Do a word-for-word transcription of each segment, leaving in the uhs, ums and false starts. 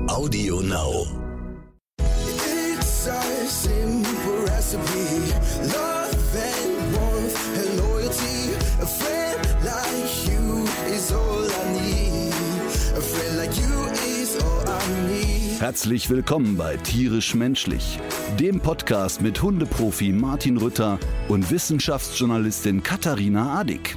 Audio Now. It's a simple recipe. Love and warmth and loyalty. A friend like you is all I need. A friend like you is all I need. Herzlich willkommen bei Tierisch Menschlich, dem Podcast mit Hundeprofi Martin Rütter und Wissenschaftsjournalistin Katharina Adick.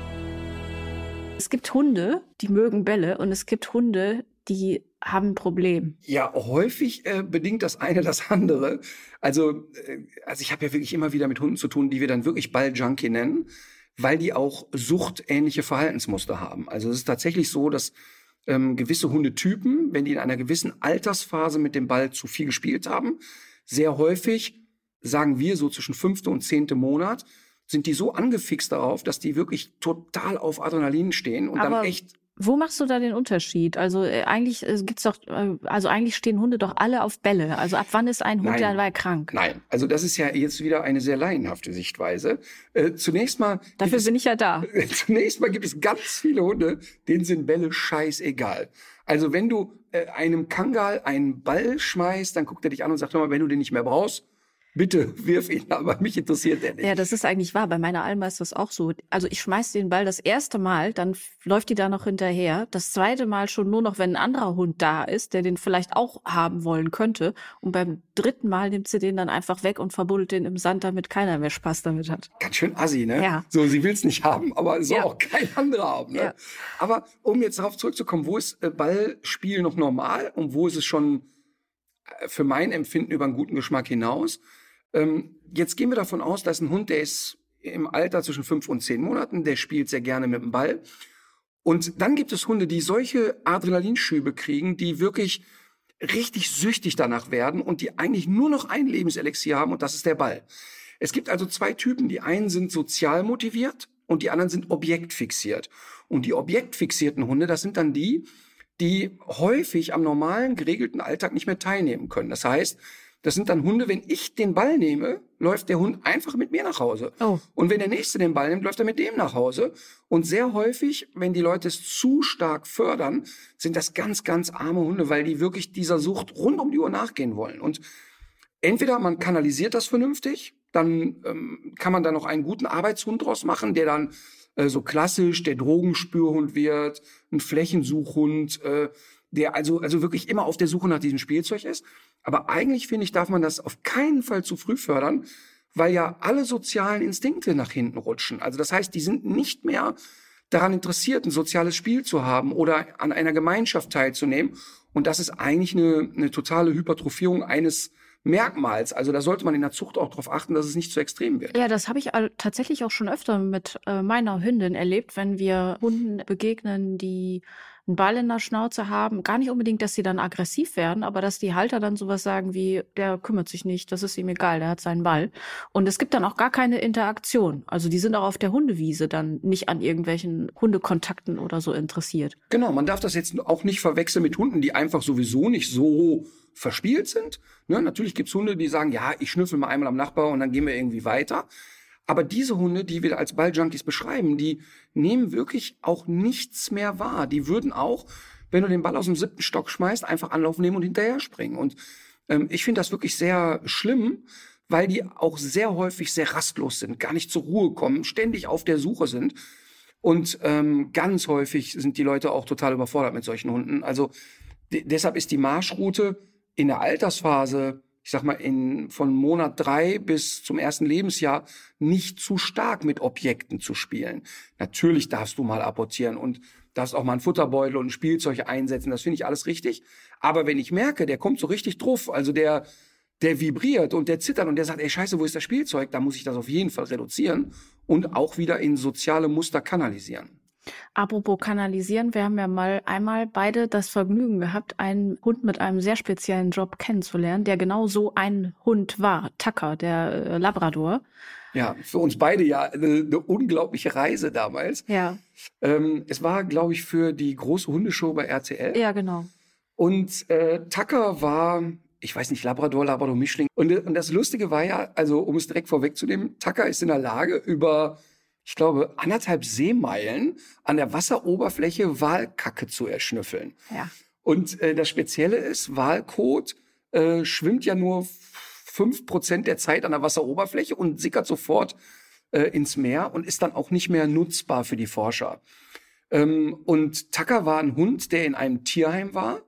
Es gibt Hunde, die mögen Bälle, und es gibt Hunde, die haben ein Problem. Ja, häufig äh, bedingt das eine das andere. Also, äh, also ich habe ja wirklich immer wieder mit Hunden zu tun, die wir dann wirklich Balljunkie nennen, weil die auch suchtähnliche Verhaltensmuster haben. Also es ist tatsächlich so, dass ähm, gewisse Hundetypen, wenn die in einer gewissen Altersphase mit dem Ball zu viel gespielt haben, sehr häufig, sagen wir so zwischen fünfte und zehnte Monat, sind die so angefixt darauf, dass die wirklich total auf Adrenalin stehen und Aber dann echt... Wo machst du da den Unterschied? Also äh, eigentlich äh, gibt's doch, äh, also eigentlich stehen Hunde doch alle auf Bälle. Also ab wann ist ein Hund Nein. derweil krank? Nein, also das ist ja jetzt wieder eine sehr laienhafte Sichtweise. Äh, zunächst mal... Dafür es, bin ich ja da. Zunächst mal gibt es ganz viele Hunde, denen sind Bälle scheißegal. Also wenn du äh, einem Kangal einen Ball schmeißt, dann guckt er dich an und sagt, hör mal, wenn du den nicht mehr brauchst, bitte wirf ihn, aber mich interessiert der nicht. Ja, das ist eigentlich wahr. Bei meiner Alma ist das auch so. Also ich schmeiß den Ball das erste Mal, dann läuft die da noch hinterher. Das zweite Mal schon nur noch, wenn ein anderer Hund da ist, der den vielleicht auch haben wollen könnte. Und beim dritten Mal nimmt sie den dann einfach weg und verbuddelt den im Sand, damit keiner mehr Spaß damit hat. Ganz schön assi, ne? Ja. So, sie will es nicht haben, aber soll Ja. auch kein anderer haben, ne? Ja. Aber um jetzt darauf zurückzukommen, wo ist äh, Ballspiel noch normal und wo ist es schon äh, für mein Empfinden über einen guten Geschmack hinaus? Ähm, jetzt gehen wir davon aus, dass ein Hund, der ist im Alter zwischen fünf und zehn Monaten, der spielt sehr gerne mit dem Ball. Und dann gibt es Hunde, die solche Adrenalinschübe kriegen, die wirklich richtig süchtig danach werden und die eigentlich nur noch ein Lebenselixier haben, und das ist der Ball. Es gibt also zwei Typen. Die einen sind sozial motiviert und die anderen sind objektfixiert. Und die objektfixierten Hunde, das sind dann die, die häufig am normalen, geregelten Alltag nicht mehr teilnehmen können. Das heißt, das sind dann Hunde, wenn ich den Ball nehme, läuft der Hund einfach mit mir nach Hause. Oh. Und wenn der Nächste den Ball nimmt, läuft er mit dem nach Hause. Und sehr häufig, wenn die Leute es zu stark fördern, sind das ganz, ganz arme Hunde, weil die wirklich dieser Sucht rund um die Uhr nachgehen wollen. Und entweder man kanalisiert das vernünftig, dann ähm, kann man da noch einen guten Arbeitshund draus machen, der dann äh, so klassisch der Drogenspürhund wird, ein Flächensuchhund, äh, der also, also wirklich immer auf der Suche nach diesem Spielzeug ist. Aber eigentlich, finde ich, darf man das auf keinen Fall zu früh fördern, weil ja alle sozialen Instinkte nach hinten rutschen. Also das heißt, die sind nicht mehr daran interessiert, ein soziales Spiel zu haben oder an einer Gemeinschaft teilzunehmen. Und das ist eigentlich eine, eine totale Hypertrophierung eines Merkmals. Also da sollte man in der Zucht auch darauf achten, dass es nicht zu extrem wird. Ja, das habe ich all- tatsächlich auch schon öfter mit äh, meiner Hündin erlebt, wenn wir Hunden begegnen, die einen Ball in der Schnauze haben. Gar nicht unbedingt, dass sie dann aggressiv werden, aber dass die Halter dann sowas sagen wie, der kümmert sich nicht, das ist ihm egal, der hat seinen Ball. Und es gibt dann auch gar keine Interaktion. Also die sind auch auf der Hundewiese dann nicht an irgendwelchen Hundekontakten oder so interessiert. Genau, man darf das jetzt auch nicht verwechseln mit Hunden, die einfach sowieso nicht so verspielt sind. Ne? Natürlich gibt's Hunde, die sagen, ja, ich schnüffel mal einmal am Nachbar und dann gehen wir irgendwie weiter. Aber diese Hunde, die wir als Balljunkies beschreiben, die nehmen wirklich auch nichts mehr wahr. Die würden auch, wenn du den Ball aus dem siebten Stock schmeißt, einfach Anlauf nehmen und hinterher springen. Und ähm, ich finde das wirklich sehr schlimm, weil die auch sehr häufig sehr rastlos sind, gar nicht zur Ruhe kommen, ständig auf der Suche sind. Und ähm, ganz häufig sind die Leute auch total überfordert mit solchen Hunden. Also d- deshalb ist die Marschroute in der Altersphase, ich sag mal, in, von Monat drei bis zum ersten Lebensjahr nicht zu stark mit Objekten zu spielen. Natürlich darfst du mal apportieren und darfst auch mal einen Futterbeutel und ein Spielzeug einsetzen. Das finde ich alles richtig. Aber wenn ich merke, der kommt so richtig drauf, also der, der vibriert und der zittert und der sagt, ey, scheiße, wo ist das Spielzeug? Da muss ich das auf jeden Fall reduzieren und auch wieder in soziale Muster kanalisieren. Apropos kanalisieren, wir haben ja mal einmal beide das Vergnügen gehabt, einen Hund mit einem sehr speziellen Job kennenzulernen, der genau so ein Hund war, Tucker, der äh, Labrador. Ja, für uns beide ja eine, eine unglaubliche Reise damals. Ja. Ähm, es war, glaube ich, für die große Hundeshow bei R T L. Ja, genau. Und äh, Tucker war, ich weiß nicht, Labrador, Labrador-Mischling. Und, und das Lustige war ja, also um es direkt vorwegzunehmen, Tucker ist in der Lage, über ich glaube, anderthalb Seemeilen an der Wasseroberfläche Walkacke zu erschnüffeln. Ja. Und äh, das Spezielle ist, Walkot äh, schwimmt ja nur fünf Prozent der Zeit an der Wasseroberfläche und sickert sofort äh, ins Meer und ist dann auch nicht mehr nutzbar für die Forscher. Ähm, und Tucker war ein Hund, der in einem Tierheim war.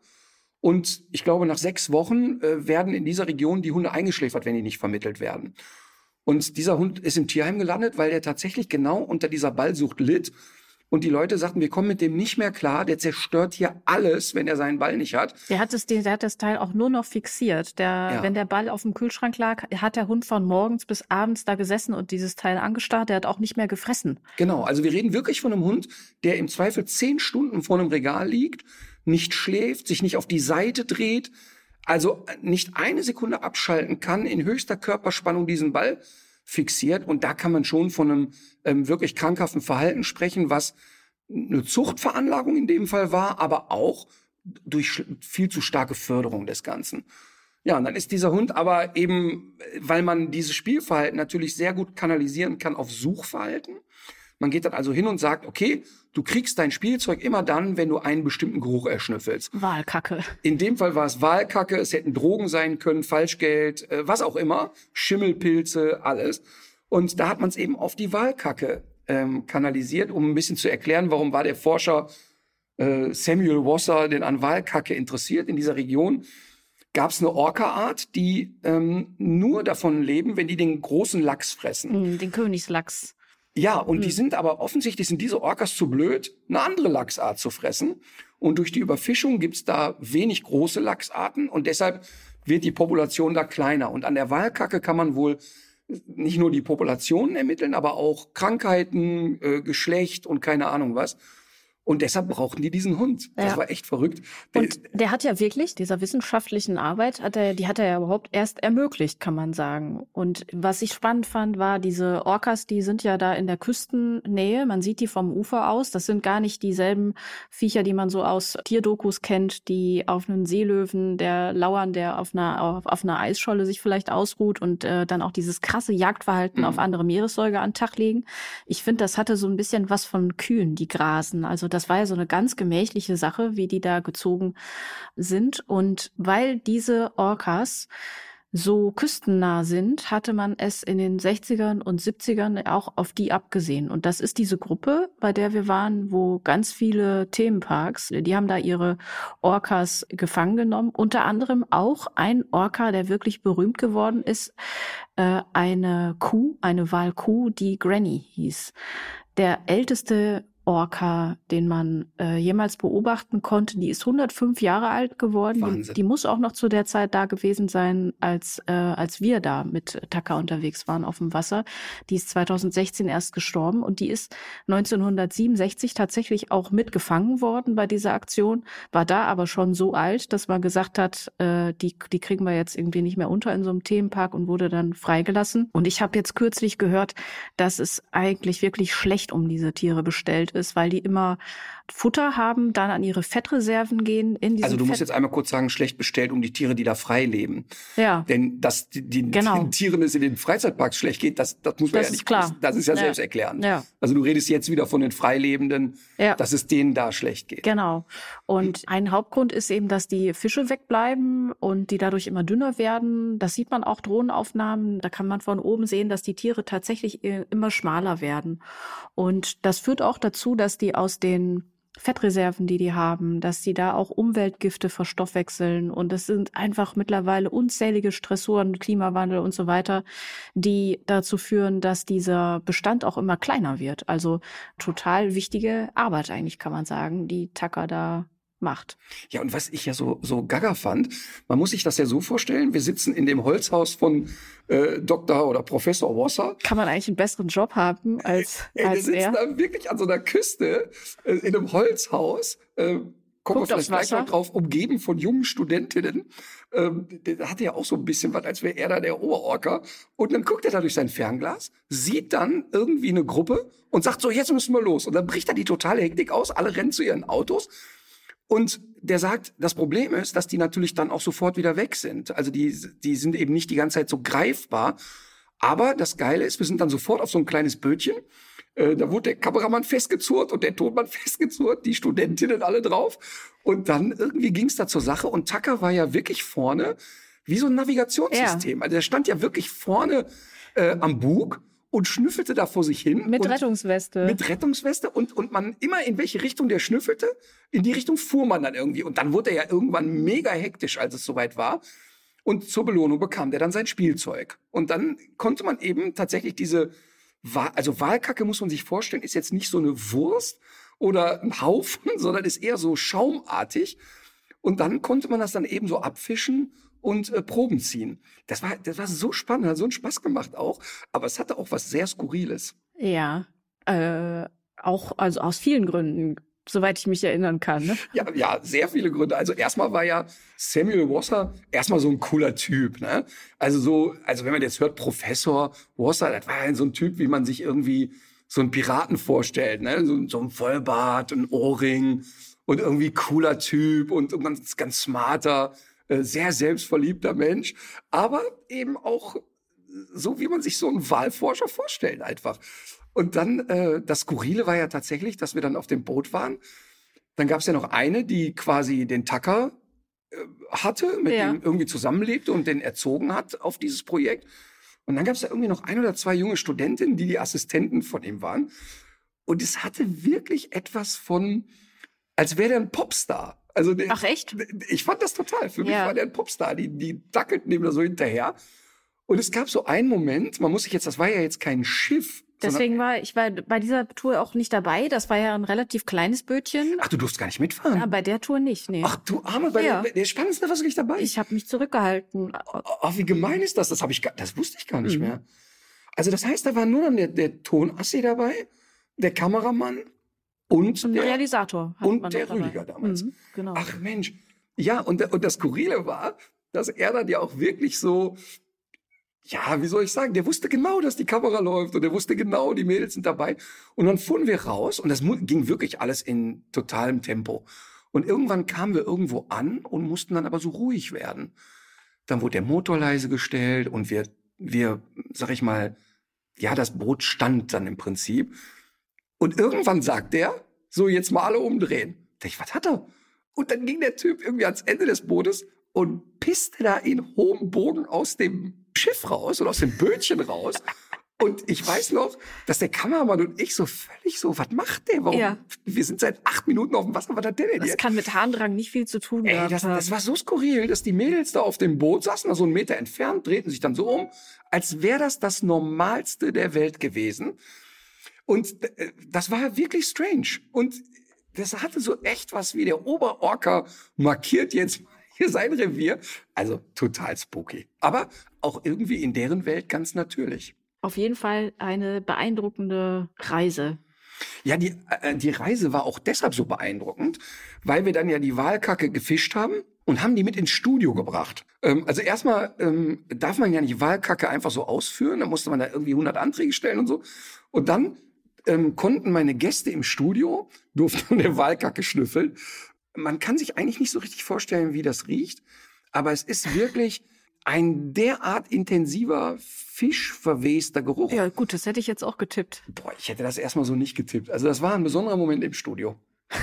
Und ich glaube, nach sechs Wochen äh, werden in dieser Region die Hunde eingeschläfert, wenn die nicht vermittelt werden. Und dieser Hund ist im Tierheim gelandet, weil der tatsächlich genau unter dieser Ballsucht litt. Und die Leute sagten, wir kommen mit dem nicht mehr klar. Der zerstört hier alles, wenn er seinen Ball nicht hat. Der hat das, der hat das Teil auch nur noch fixiert. Der, Ja. Wenn der Ball auf dem Kühlschrank lag, hat der Hund von morgens bis abends da gesessen und dieses Teil angestarrt. Der hat auch nicht mehr gefressen. Genau, also wir reden wirklich von einem Hund, der im Zweifel zehn Stunden vor einem Regal liegt, nicht schläft, sich nicht auf die Seite dreht, also nicht eine Sekunde abschalten kann, in höchster Körperspannung diesen Ball fixiert. Und da kann man schon von einem ähm, wirklich krankhaften Verhalten sprechen, was eine Zuchtveranlagung in dem Fall war, aber auch durch viel zu starke Förderung des Ganzen. Ja, und dann ist dieser Hund aber eben, weil man dieses Spielverhalten natürlich sehr gut kanalisieren kann auf Suchverhalten. Man geht dann also hin und sagt, okay, du kriegst dein Spielzeug immer dann, wenn du einen bestimmten Geruch erschnüffelst. Wahlkacke. In dem Fall war es Wahlkacke, es hätten Drogen sein können, Falschgeld, äh, was auch immer, Schimmelpilze, alles. Und da hat man es eben auf die Wahlkacke ähm, kanalisiert, um ein bisschen zu erklären, warum war der Forscher äh, Samuel Wasser denn an Wahlkacke interessiert. In dieser Region gab es eine Orca-Art, die ähm, nur davon leben, wenn die den großen Lachs fressen. Mm, Den Königslachs. Ja, und die sind aber offensichtlich, sind diese Orcas zu blöd, eine andere Lachsart zu fressen. Und durch die Überfischung gibt's da wenig große Lachsarten und deshalb wird die Population da kleiner. Und an der Walkacke kann man wohl nicht nur die Populationen ermitteln, aber auch Krankheiten, äh, Geschlecht und keine Ahnung was. Und deshalb brauchten die diesen Hund. Das Ja. war echt verrückt. Und der hat ja wirklich, dieser wissenschaftlichen Arbeit, hat er, die hat er ja überhaupt erst ermöglicht, kann man sagen. Und was ich spannend fand, war, diese Orcas, die sind ja da in der Küstennähe. Man sieht die vom Ufer aus. Das sind gar nicht dieselben Viecher, die man so aus Tierdokus kennt, die auf einen Seelöwen, der lauern, der auf einer, auf, auf einer Eisscholle sich vielleicht ausruht und äh, dann auch dieses krasse Jagdverhalten Mhm. auf andere Meeressäuger an den Tag legen. Ich finde, das hatte so ein bisschen was von Kühen, die grasen. Also das war ja so eine ganz gemächliche Sache, wie die da gezogen sind. Und weil diese Orcas so küstennah sind, hatte man es in den sechzigern und siebzigern auch auf die abgesehen. Und das ist diese Gruppe, bei der wir waren, wo ganz viele Themenparks, die haben da ihre Orcas gefangen genommen. Unter anderem auch ein Orca, der wirklich berühmt geworden ist, äh, eine Kuh, eine Walkuh, die Granny hieß. Der älteste Orca, den man äh, jemals beobachten konnte, die ist hundertfünf Jahre alt geworden. Wahnsinn. Die, die muss auch noch zu der Zeit da gewesen sein, als äh, als wir da mit Tucker unterwegs waren auf dem Wasser. Die ist zweitausendsechzehn erst gestorben und die ist neunzehnhundertsiebenundsechzig tatsächlich auch mitgefangen worden bei dieser Aktion, war da aber schon so alt, dass man gesagt hat, äh, die die kriegen wir jetzt irgendwie nicht mehr unter in so einem Themenpark und wurde dann freigelassen. Und ich habe jetzt kürzlich gehört, dass es eigentlich wirklich schlecht um diese Tiere bestellt ist, weil die immer Futter haben, dann an ihre Fettreserven gehen. In diesem Also du musst Fett jetzt einmal kurz sagen, schlecht bestellt um die Tiere, die da frei leben. ja. Denn dass die, die, Genau. den Tieren es in den Freizeitparks schlecht geht, das, das muss man Das ja ist nicht klar. wissen. Das ist ja, Ja. selbsterklärend. Ja. Also du redest jetzt wieder von den Freilebenden, Ja. dass es denen da schlecht geht. Genau. Und ein Hauptgrund ist eben, dass die Fische wegbleiben und die dadurch immer dünner werden. Das sieht man auch Drohnenaufnahmen. Da kann man von oben sehen, dass die Tiere tatsächlich äh, immer schmaler werden. Und das führt auch dazu, dass die aus den Fettreserven, die die haben, dass die da auch Umweltgifte verstoffwechseln. Und das sind einfach mittlerweile unzählige Stressoren, Klimawandel und so weiter, die dazu führen, dass dieser Bestand auch immer kleiner wird. Also total wichtige Arbeit eigentlich, kann man sagen, die Tucker da macht. Ja, und was ich ja so, so gaga fand, man muss sich das ja so vorstellen, wir sitzen in dem Holzhaus von äh, Doktor oder Professor Wasser. Kann man eigentlich einen besseren Job haben als, Ey, wir als sitzen er? da wirklich an so einer Küste, äh, in einem Holzhaus, äh, kommen wir Guckt aufs vielleicht gleich noch Wasser. drauf, umgeben von jungen Studentinnen. Ähm, der hatte ja auch so ein bisschen was, als wäre er da der Oberorca. Und dann guckt er da durch sein Fernglas, sieht dann irgendwie eine Gruppe und sagt so, jetzt müssen wir los. Und dann bricht da die totale Hektik aus, alle rennen zu ihren Autos. Und der sagt, das Problem ist, dass die natürlich dann auch sofort wieder weg sind. Also die, die sind eben nicht die ganze Zeit so greifbar. Aber das Geile ist, wir sind dann sofort auf so ein kleines Bötchen Äh, da wurde der Kameramann festgezurrt und der Tonmann festgezurrt, die Studentinnen alle drauf. Und dann irgendwie ging es da zur Sache. Und Tucker war ja wirklich vorne wie so ein Navigationssystem. Ja. Also der stand ja wirklich vorne äh, am Bug und schnüffelte da vor sich hin. Mit Rettungsweste. Mit Rettungsweste. Und, und man immer in welche Richtung der schnüffelte, in die Richtung fuhr man dann irgendwie. Und dann wurde er ja irgendwann mega hektisch, als es soweit war. Und zur Belohnung bekam der dann sein Spielzeug. Und dann konnte man eben tatsächlich diese, Wa- also Walkacke muss man sich vorstellen, ist jetzt nicht so eine Wurst oder ein Haufen, sondern ist eher so schaumartig. Und dann konnte man das dann eben so abfischen und äh, Proben ziehen. Das war, das war so spannend, hat so einen Spaß gemacht auch. Aber es hatte auch was sehr Skurriles. Ja, äh, auch also aus vielen Gründen, soweit ich mich erinnern kann. Ne? Ja, ja, sehr viele Gründe. Also erstmal war ja Samuel Wasser erstmal so ein cooler Typ. Ne? Also so, also wenn man jetzt hört, Professor Wasser, das war ja so ein Typ, wie man sich irgendwie so einen Piraten vorstellt. Ne? So, so ein Vollbart, ein Ohrring und irgendwie cooler Typ und, und ganz, ganz smarter, äh, sehr selbstverliebter Mensch. Aber eben auch so, wie man sich so einen Wahlforscher vorstellt einfach. Und dann, äh, das Skurrile war ja tatsächlich, dass wir dann auf dem Boot waren. Dann gab es ja noch eine, die quasi den Tucker äh, hatte, mit Ja. dem irgendwie zusammenlebte und den erzogen hat auf dieses Projekt. Und dann gab es ja irgendwie noch ein oder zwei junge Studentinnen, die die Assistenten von ihm waren. Und es hatte wirklich etwas von, als wäre der ein Popstar. Also der, Ach echt? Ich fand das total. Für mich Ja. war der ein Popstar. Die, die dackelten ihm da so hinterher. Und es gab so einen Moment, man muss sich jetzt, das war ja jetzt kein Schiff. Deswegen war ich war bei dieser Tour auch nicht dabei. Das war ja ein relativ kleines Bötchen. Ach, du durfst gar nicht mitfahren? Ja, bei der Tour nicht, nee. Ach du Arme, bei Ja. der, der Spannendste warst du nicht dabei. Ich habe mich zurückgehalten. Ach, wie gemein ist das? Das, hab ich, gar- das wusste ich gar nicht Mhm. mehr. Also das heißt, da war nur dann der, der Tonassi dabei, der Kameramann und Und der, der Realisator. hat und man der noch dabei. Rüdiger damals. Mhm, genau. Ach Mensch. Ja, und, und das Skurrile war, dass er dann ja auch wirklich so, ja, wie soll ich sagen, der wusste genau, dass die Kamera läuft und der wusste genau, die Mädels sind dabei. Und dann fuhren wir raus und das mu- ging wirklich alles in totalem Tempo. Und irgendwann kamen wir irgendwo an und mussten dann aber so ruhig werden. Dann wurde der Motor leise gestellt und wir, wir, sag ich mal, ja, das Boot stand dann im Prinzip. Und irgendwann sagt der, so jetzt mal alle umdrehen. Da ich, was hat er? Und dann ging der Typ irgendwie ans Ende des Bootes und pisste da in hohem Bogen aus dem Schiff raus oder aus dem Bötchen raus. Und ich weiß noch, dass der Kameramann und ich so völlig so, was macht der? Warum? Ja. Wir sind seit acht Minuten auf dem Wasser, was hat der denn Das jetzt? kann mit Harndrang nicht viel zu tun Ey, gehabt das, haben. das war so skurril, dass die Mädels da auf dem Boot saßen, da so einen Meter entfernt, drehten sich dann so um, als wäre das das Normalste der Welt gewesen. Und äh, das war wirklich strange. Und das hatte so echt was wie der Oberorca markiert jetzt hier sein Revier. Also total spooky. Aber auch irgendwie in deren Welt ganz natürlich. Auf jeden Fall eine beeindruckende Reise. Ja, die, äh, die Reise war auch deshalb so beeindruckend, weil wir dann ja die Walkacke gefischt haben und haben die mit ins Studio gebracht. Ähm, also erstmal ähm, darf man ja nicht Walkacke einfach so ausführen, da musste man da irgendwie hundert Anträge stellen und so. Und dann ähm, konnten meine Gäste im Studio, durften eine Walkacke schnüffeln. Man kann sich eigentlich nicht so richtig vorstellen, wie das riecht, aber es ist wirklich ein derart intensiver, fischverwester Geruch. Ja, gut, das hätte ich jetzt auch getippt. Boah, ich hätte das erstmal so nicht getippt. Also das war ein besonderer Moment im Studio.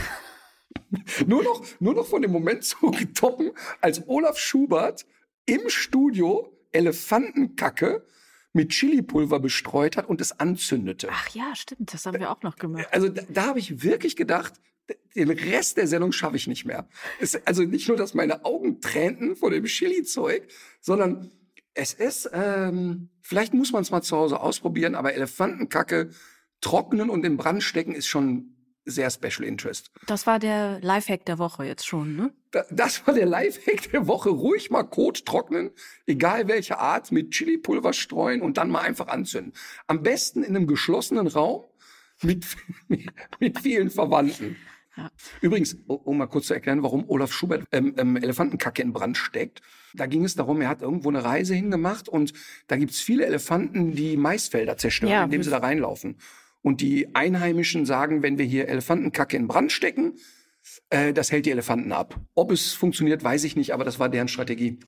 nur noch, nur noch von dem Moment zu toppen, als Olaf Schubert im Studio Elefantenkacke mit Chilipulver bestreut hat und es anzündete. Ach ja, stimmt, das haben wir auch noch gemacht. Also da, da habe ich wirklich gedacht, den Rest der Sendung schaffe ich nicht mehr. Es, also nicht nur, dass meine Augen tränten vor dem Chili-Zeug, sondern es ist, ähm, vielleicht muss man es mal zu Hause ausprobieren, aber Elefantenkacke trocknen und in Brand stecken ist schon sehr Special Interest. Das war der Lifehack der Woche jetzt schon, ne? Da, das war der Lifehack der Woche. Ruhig mal Kot trocknen, egal welche Art, mit Chili-Pulver streuen und dann mal einfach anzünden. Am besten in einem geschlossenen Raum mit, mit vielen Verwandten. Ja. Übrigens, um mal kurz zu erklären, warum Olaf Schubert ähm, ähm, Elefantenkacke in Brand steckt. Da ging es darum, er hat irgendwo eine Reise hingemacht und da gibt's viele Elefanten, die Maisfelder zerstören, Ja, indem sie da reinlaufen. Und die Einheimischen sagen, wenn wir hier Elefantenkacke in Brand stecken, äh, das hält die Elefanten ab. Ob es funktioniert, weiß ich nicht, aber das war deren Strategie.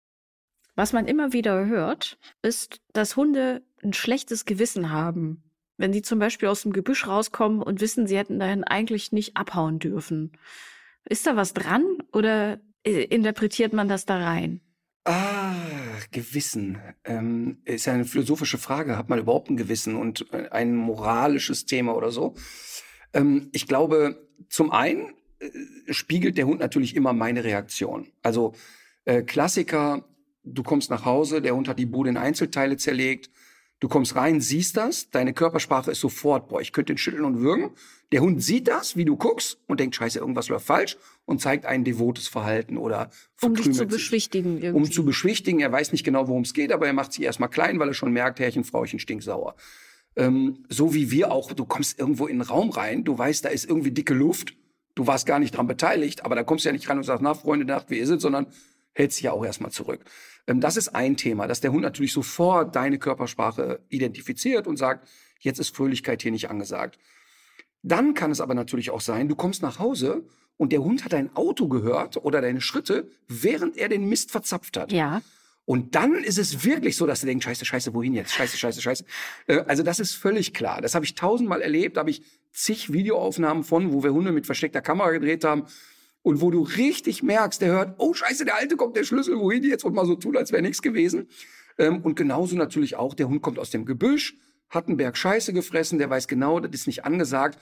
Was man immer wieder hört, ist, dass Hunde ein schlechtes Gewissen haben, Wenn sie zum Beispiel aus dem Gebüsch rauskommen und wissen, sie hätten dahin eigentlich nicht abhauen dürfen. Ist da was dran oder interpretiert man das da rein? Ah, Gewissen. Ähm, ist ja eine philosophische Frage. Hat man überhaupt ein Gewissen und ein moralisches Thema oder so? Ähm, ich glaube, zum einen äh, spiegelt der Hund natürlich immer meine Reaktion. Also äh, Klassiker, du kommst nach Hause, der Hund hat die Bude in Einzelteile zerlegt, du kommst rein, siehst das, deine Körpersprache ist sofort, boah, ich könnte ihn schütteln und würgen. Der Hund sieht das, wie du guckst und denkt, scheiße, irgendwas läuft falsch und zeigt ein devotes Verhalten oder Um dich zu verkrümelt sich. beschwichtigen irgendwie. Um zu beschwichtigen, er weiß nicht genau, worum es geht, aber er macht sich erstmal klein, weil er schon merkt, Herrchen, Frauchen, stinksauer. Ähm, so wie wir auch, du kommst irgendwo in den Raum rein, du weißt, da ist irgendwie dicke Luft, du warst gar nicht dran beteiligt, aber da kommst du ja nicht rein und sagst, na Freunde, Nacht, wie ist es, sondern hältst dich ja auch erstmal zurück. Ähm, das ist ein Thema, dass der Hund natürlich sofort deine Körpersprache identifiziert und sagt, jetzt ist Fröhlichkeit hier nicht angesagt. Dann kann es aber natürlich auch sein, du kommst nach Hause und der Hund hat dein Auto gehört oder deine Schritte, während er den Mist verzapft hat. Ja. Und dann ist es wirklich so, dass du denkst, scheiße, scheiße, wohin jetzt? Scheiße, scheiße, scheiße. Äh, also das ist völlig klar. Das habe ich tausendmal erlebt, da habe ich zig Videoaufnahmen von, wo wir Hunde mit versteckter Kamera gedreht haben und wo du richtig merkst, der hört, oh scheiße, der Alte kommt, der Schlüssel, wohin jetzt? Und mal so tun, als wäre nichts gewesen. Ähm, und genauso natürlich auch, der Hund kommt aus dem Gebüsch, hat einen Berg Scheiße gefressen, der weiß genau, das ist nicht angesagt.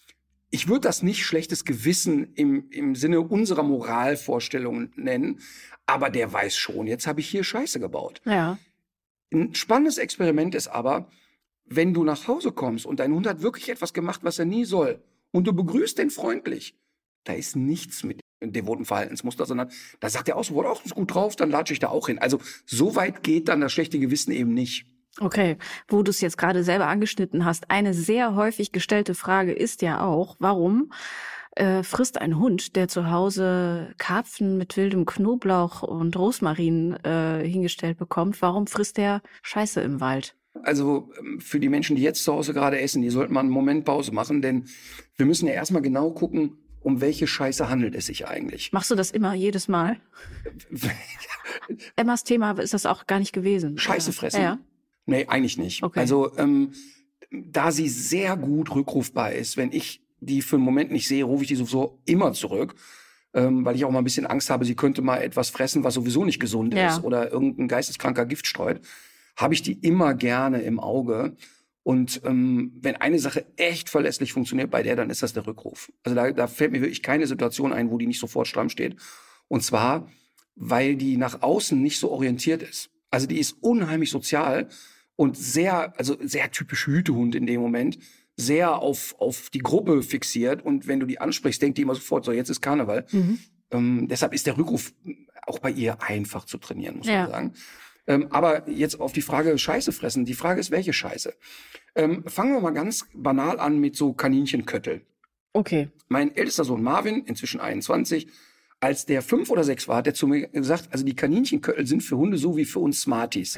Ich würde das nicht schlechtes Gewissen im, im Sinne unserer Moralvorstellungen nennen, aber der weiß schon, jetzt habe ich hier Scheiße gebaut. Ja. Ein spannendes Experiment ist aber, wenn du nach Hause kommst und dein Hund hat wirklich etwas gemacht, was er nie soll, und du begrüßt den freundlich, da ist nichts mit devoten Verhaltensmuster, sondern da sagt er auch so, auch ist gut drauf, dann latsche ich da auch hin. Also so weit geht dann das schlechte Gewissen eben nicht. Okay, wo du es jetzt gerade selber angeschnitten hast, eine sehr häufig gestellte Frage ist ja auch, warum äh, frisst ein Hund, der zu Hause Karpfen mit wildem Knoblauch und Rosmarin äh, hingestellt bekommt, warum frisst der Scheiße im Wald? Also für die Menschen, die jetzt zu Hause gerade essen, die sollten mal einen Moment Pause machen, denn wir müssen ja erstmal genau gucken, um welche Scheiße handelt es sich eigentlich. Machst du das immer, jedes Mal? Emmas Thema ist das auch gar nicht gewesen. Scheiße fressen? Ja. Nee, eigentlich nicht. Okay. Also ähm, da sie sehr gut rückrufbar ist, wenn ich die für einen Moment nicht sehe, rufe ich die sowieso immer zurück, ähm, weil ich auch mal ein bisschen Angst habe, sie könnte mal etwas fressen, was sowieso nicht gesund Ja. ist oder irgendein geisteskranker Gift streut, habe ich die immer gerne im Auge. Und ähm, wenn eine Sache echt verlässlich funktioniert bei der, dann ist das der Rückruf. Also da, da fällt mir wirklich keine Situation ein, wo die nicht sofort stramm steht. Und zwar, weil die nach außen nicht so orientiert ist. Also die ist unheimlich sozial und sehr, also sehr typisch Hütehund in dem Moment, sehr auf, auf die Gruppe fixiert. Und wenn du die ansprichst, denkt die immer sofort, so jetzt ist Karneval. Mhm. Ähm, deshalb ist der Rückruf auch bei ihr einfach zu trainieren, muss Ja. man sagen. Ähm, aber jetzt auf die Frage Scheiße fressen. Die Frage ist, welche Scheiße? Ähm, fangen wir mal ganz banal an mit so Kaninchenköttel. Okay. Mein ältester Sohn Marvin, inzwischen einundzwanzig, als der fünf oder sechs war, hat er zu mir gesagt, also die Kaninchenköttel sind für Hunde so wie für uns Smarties.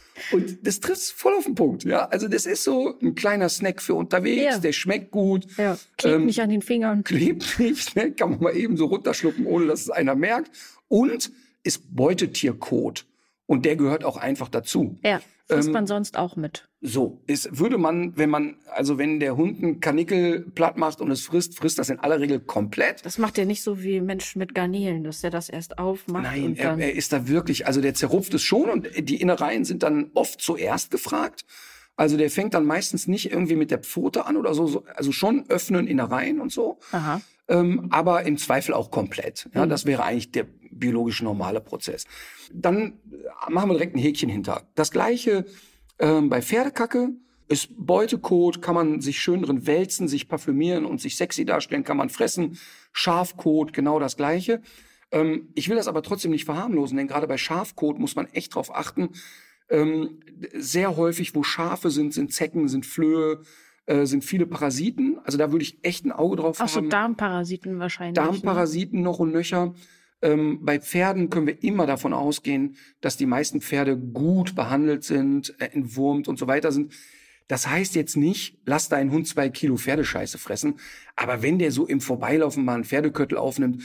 Und das trifft voll auf den Punkt, ja. Also das ist so ein kleiner Snack für unterwegs, Ja. der schmeckt gut. Ja. Klebt Ähm, nicht an den Fingern. Klebt nicht, ne? Kann man mal eben so runterschlucken, ohne dass es einer merkt. Und ist Beutetierkot. Und der gehört auch einfach dazu. Ja, frisst Ähm, man sonst auch mit. So, ist, würde man, wenn man, also wenn der Hund einen Kanickel platt macht und es frisst, frisst das in aller Regel komplett. Das macht er nicht so wie Menschen mit Garnelen, dass er das erst aufmacht. Nein, und er, dann er ist da wirklich, also der zerrupft es schon und die Innereien sind dann oft zuerst gefragt. Also der fängt dann meistens nicht irgendwie mit der Pfote an oder so, so also schon öffnen Innereien und so. Aha. Ähm, aber im Zweifel auch komplett. Ja, Mhm. das wäre eigentlich der biologisch normale Prozess. Dann machen wir direkt ein Häkchen hinter. Das Gleiche ähm, bei Pferdekacke ist Beutekot, kann man sich schön drin wälzen, sich parfümieren und sich sexy darstellen, kann man fressen. Schafkot, genau das Gleiche. Ähm, ich will das aber trotzdem nicht verharmlosen, denn gerade bei Schafkot muss man echt drauf achten. Ähm, sehr häufig, wo Schafe sind, sind Zecken, sind Flöhe, äh, sind viele Parasiten. Also da würde ich echt ein Auge drauf Ach so, haben. Darmparasiten wahrscheinlich. Darmparasiten noch und nöcher. Ähm, bei Pferden können wir immer davon ausgehen, dass die meisten Pferde gut behandelt sind, äh, entwurmt und so weiter sind. Das heißt jetzt nicht, lass deinen Hund zwei Kilo Pferdescheiße fressen. Aber wenn der so im Vorbeilaufen mal einen Pferdeköttel aufnimmt,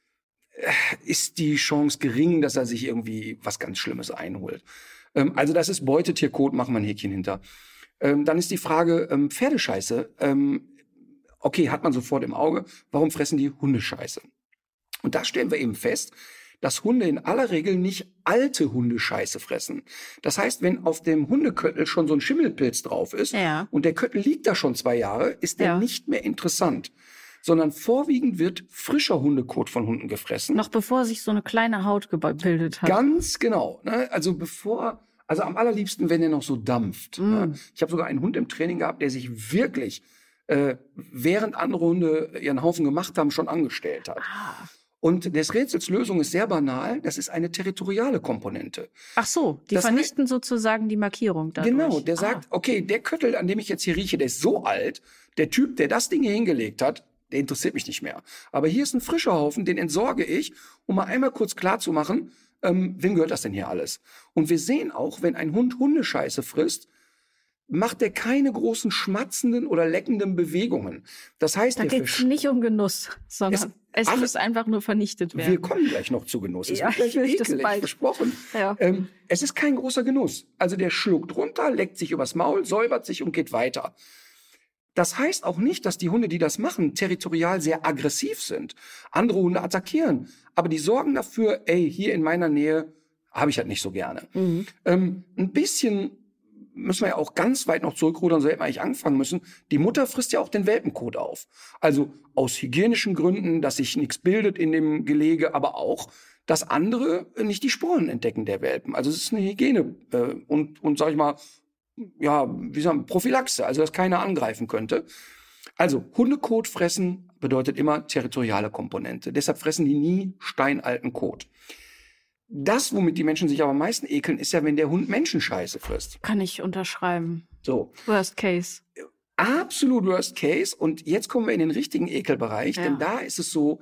äh, ist die Chance gering, dass er sich irgendwie was ganz Schlimmes einholt. Ähm, also das ist Beutetierkot, machen wir ein Häkchen hinter. Ähm, dann ist die Frage, ähm, Pferdescheiße, ähm, okay, hat man sofort im Auge, warum fressen die Hundescheiße? Und da stellen wir eben fest, dass Hunde in aller Regel nicht alte Hundescheiße fressen. Das heißt, wenn auf dem Hundeköttel schon so ein Schimmelpilz drauf ist Ja. und der Köttel liegt da schon zwei Jahre, ist der Ja. nicht mehr interessant. Sondern vorwiegend wird frischer Hundekot von Hunden gefressen. Noch bevor sich so eine kleine Haut gebildet hat. Ganz genau. Ne? Also bevor, also am allerliebsten, wenn der noch so dampft. Mm. Ne? Ich habe sogar einen Hund im Training gehabt, der sich wirklich, äh, während andere Hunde ihren Haufen gemacht haben, schon angestellt hat. Ah. Und des Rätsels Lösung ist sehr banal. Das ist eine territoriale Komponente. Ach so, die Das vernichten sozusagen die Markierung dadurch. Genau, der Ah. sagt, okay, der Köttel, an dem ich jetzt hier rieche, der ist so alt. Der Typ, der das Ding hier hingelegt hat, der interessiert mich nicht mehr. Aber hier ist ein frischer Haufen, den entsorge ich, um mal einmal kurz klarzumachen, ähm, wem gehört das denn hier alles? Und wir sehen auch, wenn ein Hund Hundescheiße frisst, macht er keine großen schmatzenden oder leckenden Bewegungen. Das heißt, Da der geht es versch- nicht um Genuss, sondern es alle- muss einfach nur vernichtet werden. wir kommen gleich noch zu Genuss. Es Ja, wird gleich ich fürchte es ekelig, bald. versprochen. Ja. Ähm, es ist kein großer Genuss. Also der schluckt runter, leckt sich übers Maul, säubert sich und geht weiter. Das heißt auch nicht, dass die Hunde, die das machen, territorial sehr aggressiv sind. Andere Hunde attackieren. Aber die sorgen dafür, ey, hier in meiner Nähe habe ich halt nicht so gerne. Mhm. Ähm, ein bisschen müssen wir ja auch ganz weit noch zurückrudern, so hätten wir eigentlich anfangen müssen. Die Mutter frisst ja auch den Welpenkot auf. Also aus hygienischen Gründen, dass sich nichts bildet in dem Gelege, aber auch, dass andere nicht die Sporen entdecken der Welpen. Also es ist eine Hygiene äh, und, und sag ich mal, ja, wie sagen, Prophylaxe, also dass keiner angreifen könnte. Also Hundekot fressen bedeutet immer territoriale Komponente. Deshalb fressen die nie steinalten Kot. Das, womit die Menschen sich aber am meisten ekeln, ist ja, wenn der Hund Menschenscheiße frisst. Kann ich unterschreiben. So, Worst case. absolut worst case. Und jetzt kommen wir in den richtigen Ekelbereich, Ja. denn da ist es so,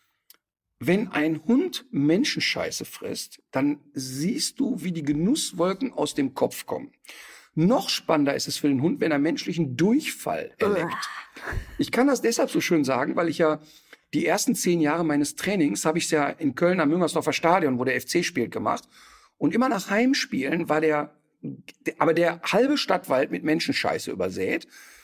wenn ein Hund Menschenscheiße frisst, dann siehst du, wie die Genusswolken aus dem Kopf kommen. Noch spannender ist es für den Hund, wenn er menschlichen Durchfall erleckt. Ich kann das deshalb so schön sagen, weil ich ja die ersten zehn Jahre meines Trainings habe ich es ja in Köln am Müngersdorfer Stadion, wo der F C spielt, gemacht. Und immer nach Heimspielen war der, aber der halbe Stadtwald mit Menschenscheiße übersät.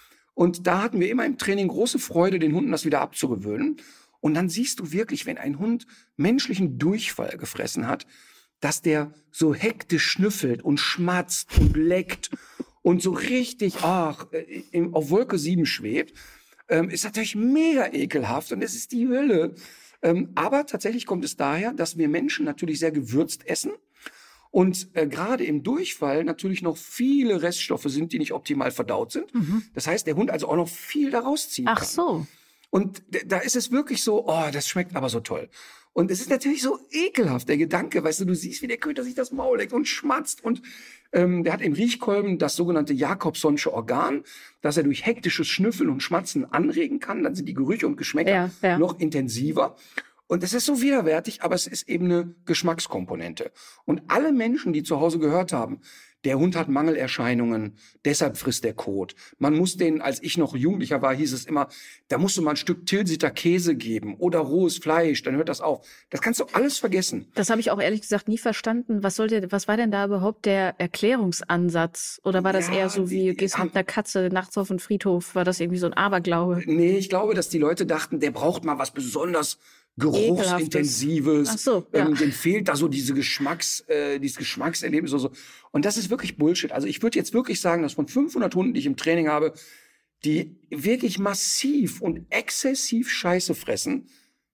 Und da hatten wir immer im Training große Freude, den Hunden das wieder abzugewöhnen. Und dann siehst du wirklich, wenn ein Hund menschlichen Durchfall gefressen hat, dass der so hektisch schnüffelt und schmatzt und leckt und so richtig, ach, im- auf Wolke sieben schwebt. Ähm, ist natürlich mega ekelhaft und es ist die Hölle. Ähm, aber tatsächlich kommt es daher, dass wir Menschen natürlich sehr gewürzt essen und äh, gerade im Durchfall natürlich noch viele Reststoffe sind, die nicht optimal verdaut sind. Das heißt, der Hund also auch noch viel daraus ziehen Ach kann. so. Und d- da ist es wirklich so, oh, das schmeckt aber so toll. Und es ist natürlich so ekelhaft, der Gedanke, weißt du, du siehst, wie der Köter sich das Maul leckt und schmatzt. Und ähm, der hat im Riechkolben das sogenannte Jakobsonsche Organ, das er durch hektisches Schnüffeln und Schmatzen anregen kann. Dann sind die Gerüche und Geschmäcker Ja, ja. noch intensiver. Und es ist so widerwärtig, aber es ist eben eine Geschmackskomponente. Und alle Menschen, die zu Hause gehört haben, der Hund hat Mangelerscheinungen, deshalb frisst der Kot. Man muss den, als ich noch Jugendlicher war, hieß es immer, da musst du mal ein Stück Tilsiter Käse geben oder rohes Fleisch, dann hört das auf. Das kannst du alles vergessen. Das habe ich auch ehrlich gesagt nie verstanden. Was sollte, was war denn da überhaupt der Erklärungsansatz? Oder war das Ja, eher so wie, die gehst haben- mit einer Katze nachts auf den Friedhof? War das irgendwie so ein Aberglaube? Nee, ich glaube, dass die Leute dachten, der braucht mal was besonders Geruchsintensives. Ach so, ja. ähm, dem fehlt da so diese Geschmacks, äh, dieses Geschmackserlebnis oder so. Und das ist wirklich Bullshit. Also ich würde jetzt wirklich sagen, dass von fünfhundert Hunden, die ich im Training habe, die wirklich massiv und exzessiv Scheiße fressen,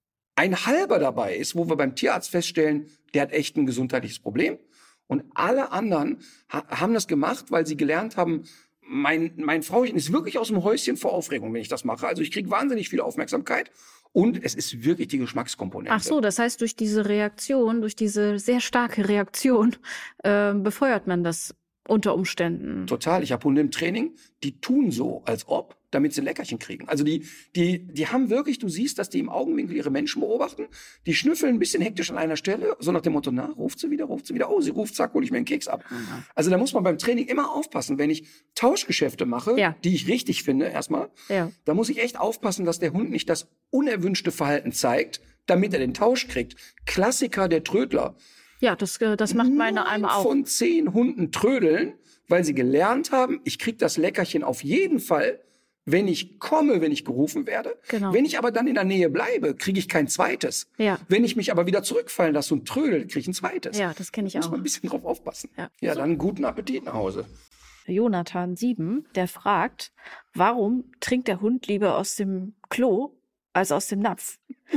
ein halber dabei ist, wo wir beim Tierarzt feststellen, der hat echt ein gesundheitliches Problem. Und alle anderen ha haben das gemacht, weil sie gelernt haben, mein, mein Frauchen ist wirklich aus dem Häuschen vor Aufregung, wenn ich das mache. Also ich kriege wahnsinnig viel Aufmerksamkeit. Und es ist wirklich die Geschmackskomponente. Ach so, das heißt, durch diese Reaktion, durch diese sehr starke Reaktion, äh, befeuert man das unter Umständen. Total. Ich habe Hunde im Training, die tun so, als ob, damit sie ein Leckerchen kriegen. Also die, die, die haben wirklich, du siehst, dass die im Augenwinkel ihre Menschen beobachten. Die schnüffeln ein bisschen hektisch an einer Stelle, so nach dem Motto, na, ruft sie wieder, ruft sie wieder. Oh, sie ruft, zack, hol ich mir einen Keks ab. Also da muss man beim Training immer aufpassen. Wenn ich Tauschgeschäfte mache, Ja. die ich richtig finde, erstmal, Ja. da muss ich echt aufpassen, dass der Hund nicht das unerwünschte Verhalten zeigt, damit er den Tausch kriegt. Klassiker der Trödler. Ja, das, äh, das macht meine Neun Alme auch. von zehn Hunden trödeln, weil sie gelernt haben, ich kriege das Leckerchen auf jeden Fall, wenn ich komme, wenn ich gerufen werde. Genau. Wenn ich aber dann in der Nähe bleibe, kriege ich kein zweites. Ja. Wenn ich mich aber wieder zurückfallen lasse und trödel, kriege ich ein zweites. Ja, das kenne ich Muss auch. man ein bisschen drauf aufpassen. Ja. Ja, dann guten Appetit nach Hause. Jonathan sieben, der fragt, warum trinkt der Hund lieber aus dem Klo als aus dem Napf?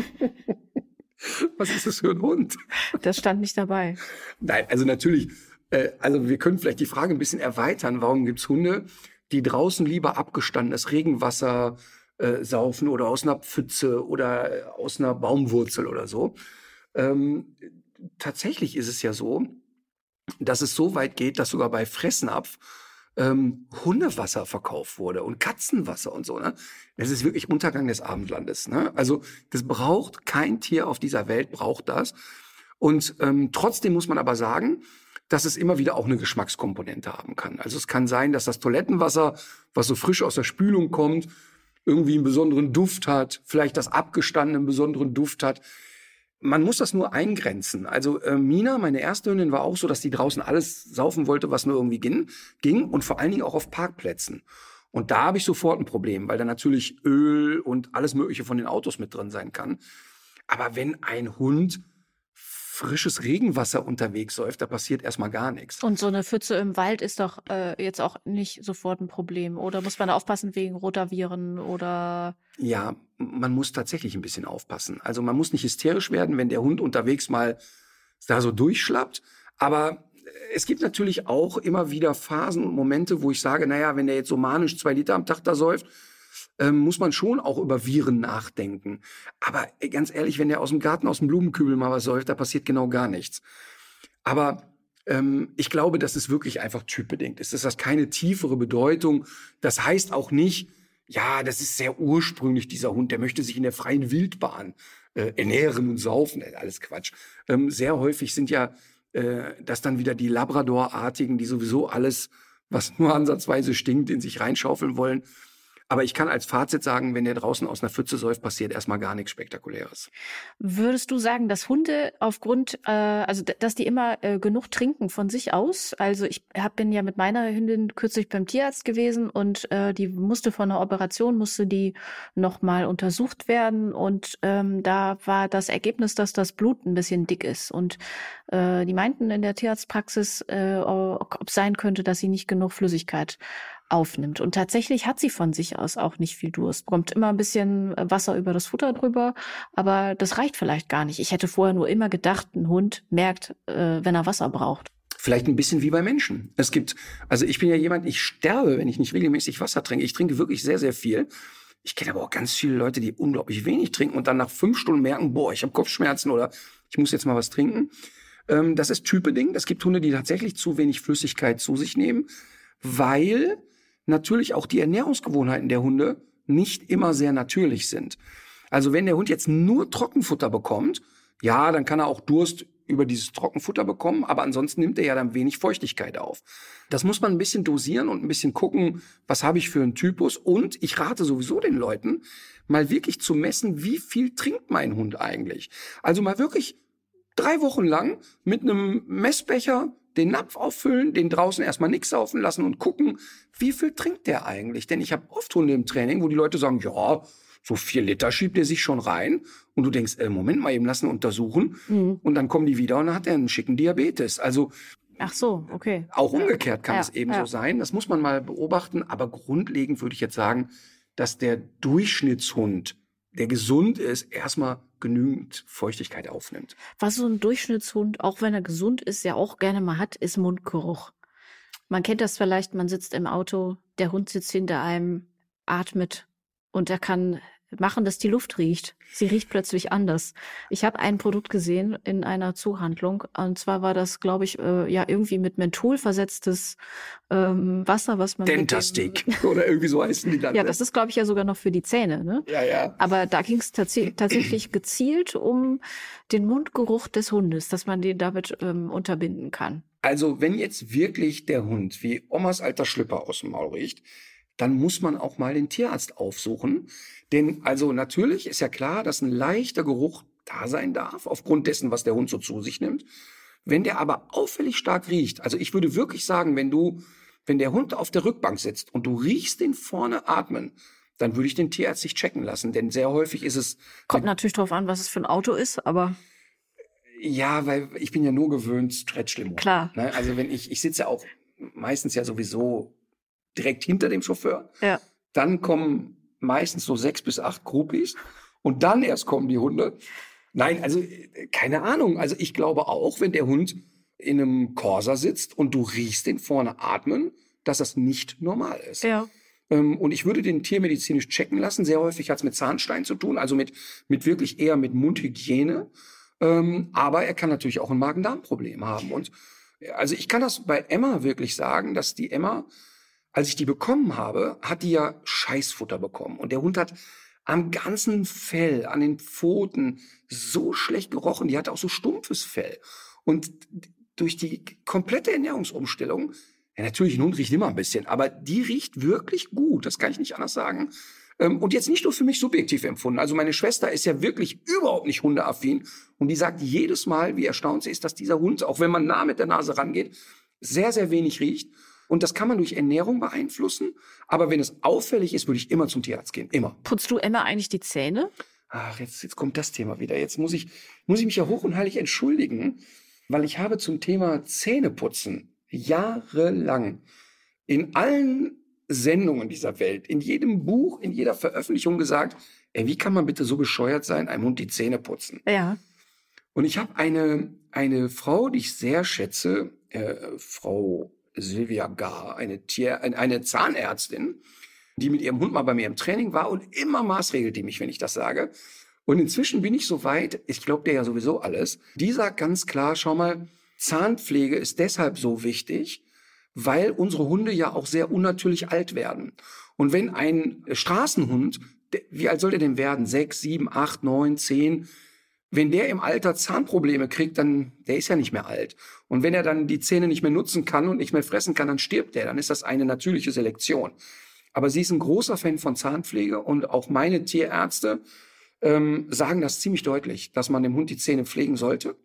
Was ist das für ein Hund? Das stand nicht dabei. Nein, also natürlich, äh, also wir können vielleicht die Frage ein bisschen erweitern. Warum gibt's Hunde, die draußen lieber abgestandenes Regenwasser äh, saufen oder aus einer Pfütze oder äh, aus einer Baumwurzel oder so? Ähm, tatsächlich ist es ja so, dass es so weit geht, dass sogar bei Fressnapf ähm, Hundewasser verkauft wurde und Katzenwasser und so. Ne? Das ist wirklich Untergang des Abendlandes. Ne? Also das braucht kein Tier auf dieser Welt, braucht das. Und ähm, trotzdem muss man aber sagen, dass es immer wieder auch eine Geschmackskomponente haben kann. Also es kann sein, dass das Toilettenwasser, was so frisch aus der Spülung kommt, irgendwie einen besonderen Duft hat, vielleicht das abgestandene einen besonderen Duft hat. Man muss das nur eingrenzen. Also äh, Mina, meine erste Hündin, war auch so, dass die draußen alles saufen wollte, was nur irgendwie ging, ging und vor allen Dingen auch auf Parkplätzen. Und da habe ich sofort ein Problem, weil da natürlich Öl und alles Mögliche von den Autos mit drin sein kann. Aber wenn ein Hund frisches Regenwasser unterwegs säuft, da passiert erstmal gar nichts. Und so eine Pfütze im Wald ist doch äh, jetzt auch nicht sofort ein Problem. Oder muss man da aufpassen wegen Rotaviren oder... Ja, man muss tatsächlich ein bisschen aufpassen. Also man muss nicht hysterisch werden, wenn der Hund unterwegs mal da so durchschlappt. Aber es gibt natürlich auch immer wieder Phasen und Momente, wo ich sage, naja, wenn der jetzt so manisch zwei Liter am Tag da säuft, ähm, muss man schon auch über Viren nachdenken. Aber ey, ganz ehrlich, wenn der aus dem Garten, aus dem Blumenkübel mal was säuft, da passiert genau gar nichts. Aber ähm, ich glaube, dass es wirklich einfach typbedingt ist. Das hat keine tiefere Bedeutung. Das heißt auch nicht, ja, das ist sehr ursprünglich, dieser Hund, der möchte sich in der freien Wildbahn äh, ernähren und saufen. Alles Quatsch. Ähm, sehr häufig sind ja äh, das dann wieder die Labrador-artigen, die sowieso alles, was nur ansatzweise stinkt, in sich reinschaufeln wollen. Aber ich kann als Fazit sagen, wenn der draußen aus einer Pfütze säuft, passiert erstmal gar nichts Spektakuläres. Würdest du sagen, dass Hunde aufgrund, äh, also d- dass die immer äh, genug trinken von sich aus? Also ich hab, bin ja mit meiner Hündin kürzlich beim Tierarzt gewesen und äh, die musste von einer Operation, musste die nochmal untersucht werden und ähm, da war das Ergebnis, dass das Blut ein bisschen dick ist. Und äh, die meinten in der Tierarztpraxis, äh, ob es sein könnte, dass sie nicht genug Flüssigkeit aufnimmt. Und tatsächlich hat sie von sich aus auch nicht viel Durst. Kommt immer ein bisschen Wasser über das Futter drüber, aber das reicht vielleicht gar nicht. Ich hätte vorher nur immer gedacht, ein Hund merkt, äh, wenn er Wasser braucht. Vielleicht ein bisschen wie bei Menschen. Es gibt, also ich bin ja jemand, ich sterbe, wenn ich nicht regelmäßig Wasser trinke. Ich trinke wirklich sehr, sehr viel. Ich kenne aber auch ganz viele Leute, die unglaublich wenig trinken und dann nach fünf Stunden merken, boah, ich habe Kopfschmerzen oder ich muss jetzt mal was trinken. Ähm, das ist typbedingt. Es gibt Hunde, die tatsächlich zu wenig Flüssigkeit zu sich nehmen, weil natürlich auch die Ernährungsgewohnheiten der Hunde nicht immer sehr natürlich sind. Also wenn der Hund jetzt nur Trockenfutter bekommt, ja, dann kann er auch Durst über dieses Trockenfutter bekommen, aber ansonsten nimmt er ja dann wenig Feuchtigkeit auf. Das muss man ein bisschen dosieren und ein bisschen gucken, was habe ich für einen Typus. Und ich rate sowieso den Leuten, mal wirklich zu messen, wie viel trinkt mein Hund eigentlich. Also mal wirklich drei Wochen lang mit einem Messbecher den Napf auffüllen, den draußen erstmal nix saufen lassen und gucken, wie viel trinkt der eigentlich? Denn ich habe oft Hunde im Training, wo die Leute sagen, ja, so vier Liter schiebt er sich schon rein. Und du denkst, äh, Moment mal, eben lassen untersuchen. Mhm. Und dann kommen die wieder und dann hat er einen schicken Diabetes. Also ach so, okay. Auch umgekehrt kann ja, es eben ja. so sein. Das muss man mal beobachten. Aber grundlegend würde ich jetzt sagen, dass der Durchschnittshund, der gesund ist, erstmal genügend Feuchtigkeit aufnimmt. Was so ein Durchschnittshund, auch wenn er gesund ist, ja auch gerne mal hat, ist Mundgeruch. Man kennt das vielleicht, man sitzt im Auto, der Hund sitzt hinter einem, atmet und er kann machen, dass die Luft riecht. Sie riecht plötzlich anders. Ich habe ein Produkt gesehen in einer Zuhandlung und zwar war das, glaube ich, äh, ja irgendwie mit Menthol versetztes ähm, Wasser, was man Dentastick oder irgendwie so heißen die dann. Ja, das ist, glaube ich, ja sogar noch für die Zähne. Ne? Ja, ja. Aber da ging es tats- tatsächlich gezielt um den Mundgeruch des Hundes, dass man den damit ähm, unterbinden kann. Also wenn jetzt wirklich der Hund wie Omas alter Schlüpper aus dem Maul riecht, dann muss man auch mal den Tierarzt aufsuchen. Denn also natürlich ist ja klar, dass ein leichter Geruch da sein darf, aufgrund dessen, was der Hund so zu sich nimmt. Wenn der aber auffällig stark riecht, also ich würde wirklich sagen, wenn du Wenn der Hund auf der Rückbank sitzt und du riechst den vorne atmen, dann würde ich den Tierarzt sich checken lassen, denn sehr häufig ist es... Kommt natürlich drauf an, was es für ein Auto ist, aber... Ja, weil ich bin ja nur gewöhnt, Stretchlimo. Klar. Ne? Also wenn ich, ich sitze auch meistens ja sowieso direkt hinter dem Chauffeur. Ja. Dann kommen meistens so sechs bis acht Groupies und dann erst kommen die Hunde. Nein, also keine Ahnung. Also ich glaube auch, wenn der Hund in einem Corsa sitzt und du riechst den vorne atmen, dass das nicht normal ist. Ja. Ähm, und ich würde den tiermedizinisch checken lassen. Sehr häufig hat es mit Zahnstein zu tun, also mit, mit wirklich eher mit Mundhygiene. Ähm, aber er kann natürlich auch ein Magen-Darm-Problem haben. Und also ich kann das bei Emma wirklich sagen, dass die Emma, als ich die bekommen habe, hat die ja Scheißfutter bekommen. Und der Hund hat am ganzen Fell, an den Pfoten so schlecht gerochen. Die hatte auch so stumpfes Fell. Und durch die komplette Ernährungsumstellung, ja natürlich, ein Hund riecht immer ein bisschen, aber die riecht wirklich gut. Das kann ich nicht anders sagen. Und jetzt nicht nur für mich subjektiv empfunden. Also meine Schwester ist ja wirklich überhaupt nicht hundeaffin. Und die sagt jedes Mal, wie erstaunt sie ist, dass dieser Hund, auch wenn man nah mit der Nase rangeht, sehr, sehr wenig riecht. Und das kann man durch Ernährung beeinflussen. Aber wenn es auffällig ist, würde ich immer zum Tierarzt gehen. Immer. Putzt du Emma eigentlich die Zähne? Ach, jetzt, jetzt kommt das Thema wieder. Jetzt muss ich, muss ich mich ja hoch und heilig entschuldigen, weil ich habe zum Thema Zähneputzen jahrelang in allen Sendungen dieser Welt, in jedem Buch, in jeder Veröffentlichung gesagt, ey, wie kann man bitte so bescheuert sein, einem Hund die Zähne putzen? Ja. Und ich habe eine, eine Frau, die ich sehr schätze, äh, Frau Silvia Gar, eine, Tier, eine Zahnärztin, die mit ihrem Hund mal bei mir im Training war und immer maßregelt die mich, wenn ich das sage. Und inzwischen bin ich so weit, ich glaube der ja sowieso alles, die sagt ganz klar, schau mal, Zahnpflege ist deshalb so wichtig, weil unsere Hunde ja auch sehr unnatürlich alt werden. Und wenn ein Straßenhund, wie alt soll der denn werden? Sechs, sieben, acht, neun, zehn? Wenn der im Alter Zahnprobleme kriegt, dann, der ist ja nicht mehr alt. Und wenn er dann die Zähne nicht mehr nutzen kann und nicht mehr fressen kann, dann stirbt der. Dann ist das eine natürliche Selektion. Aber sie ist ein großer Fan von Zahnpflege und auch meine Tierärzte ähm, sagen das ziemlich deutlich, dass man dem Hund die Zähne pflegen sollte.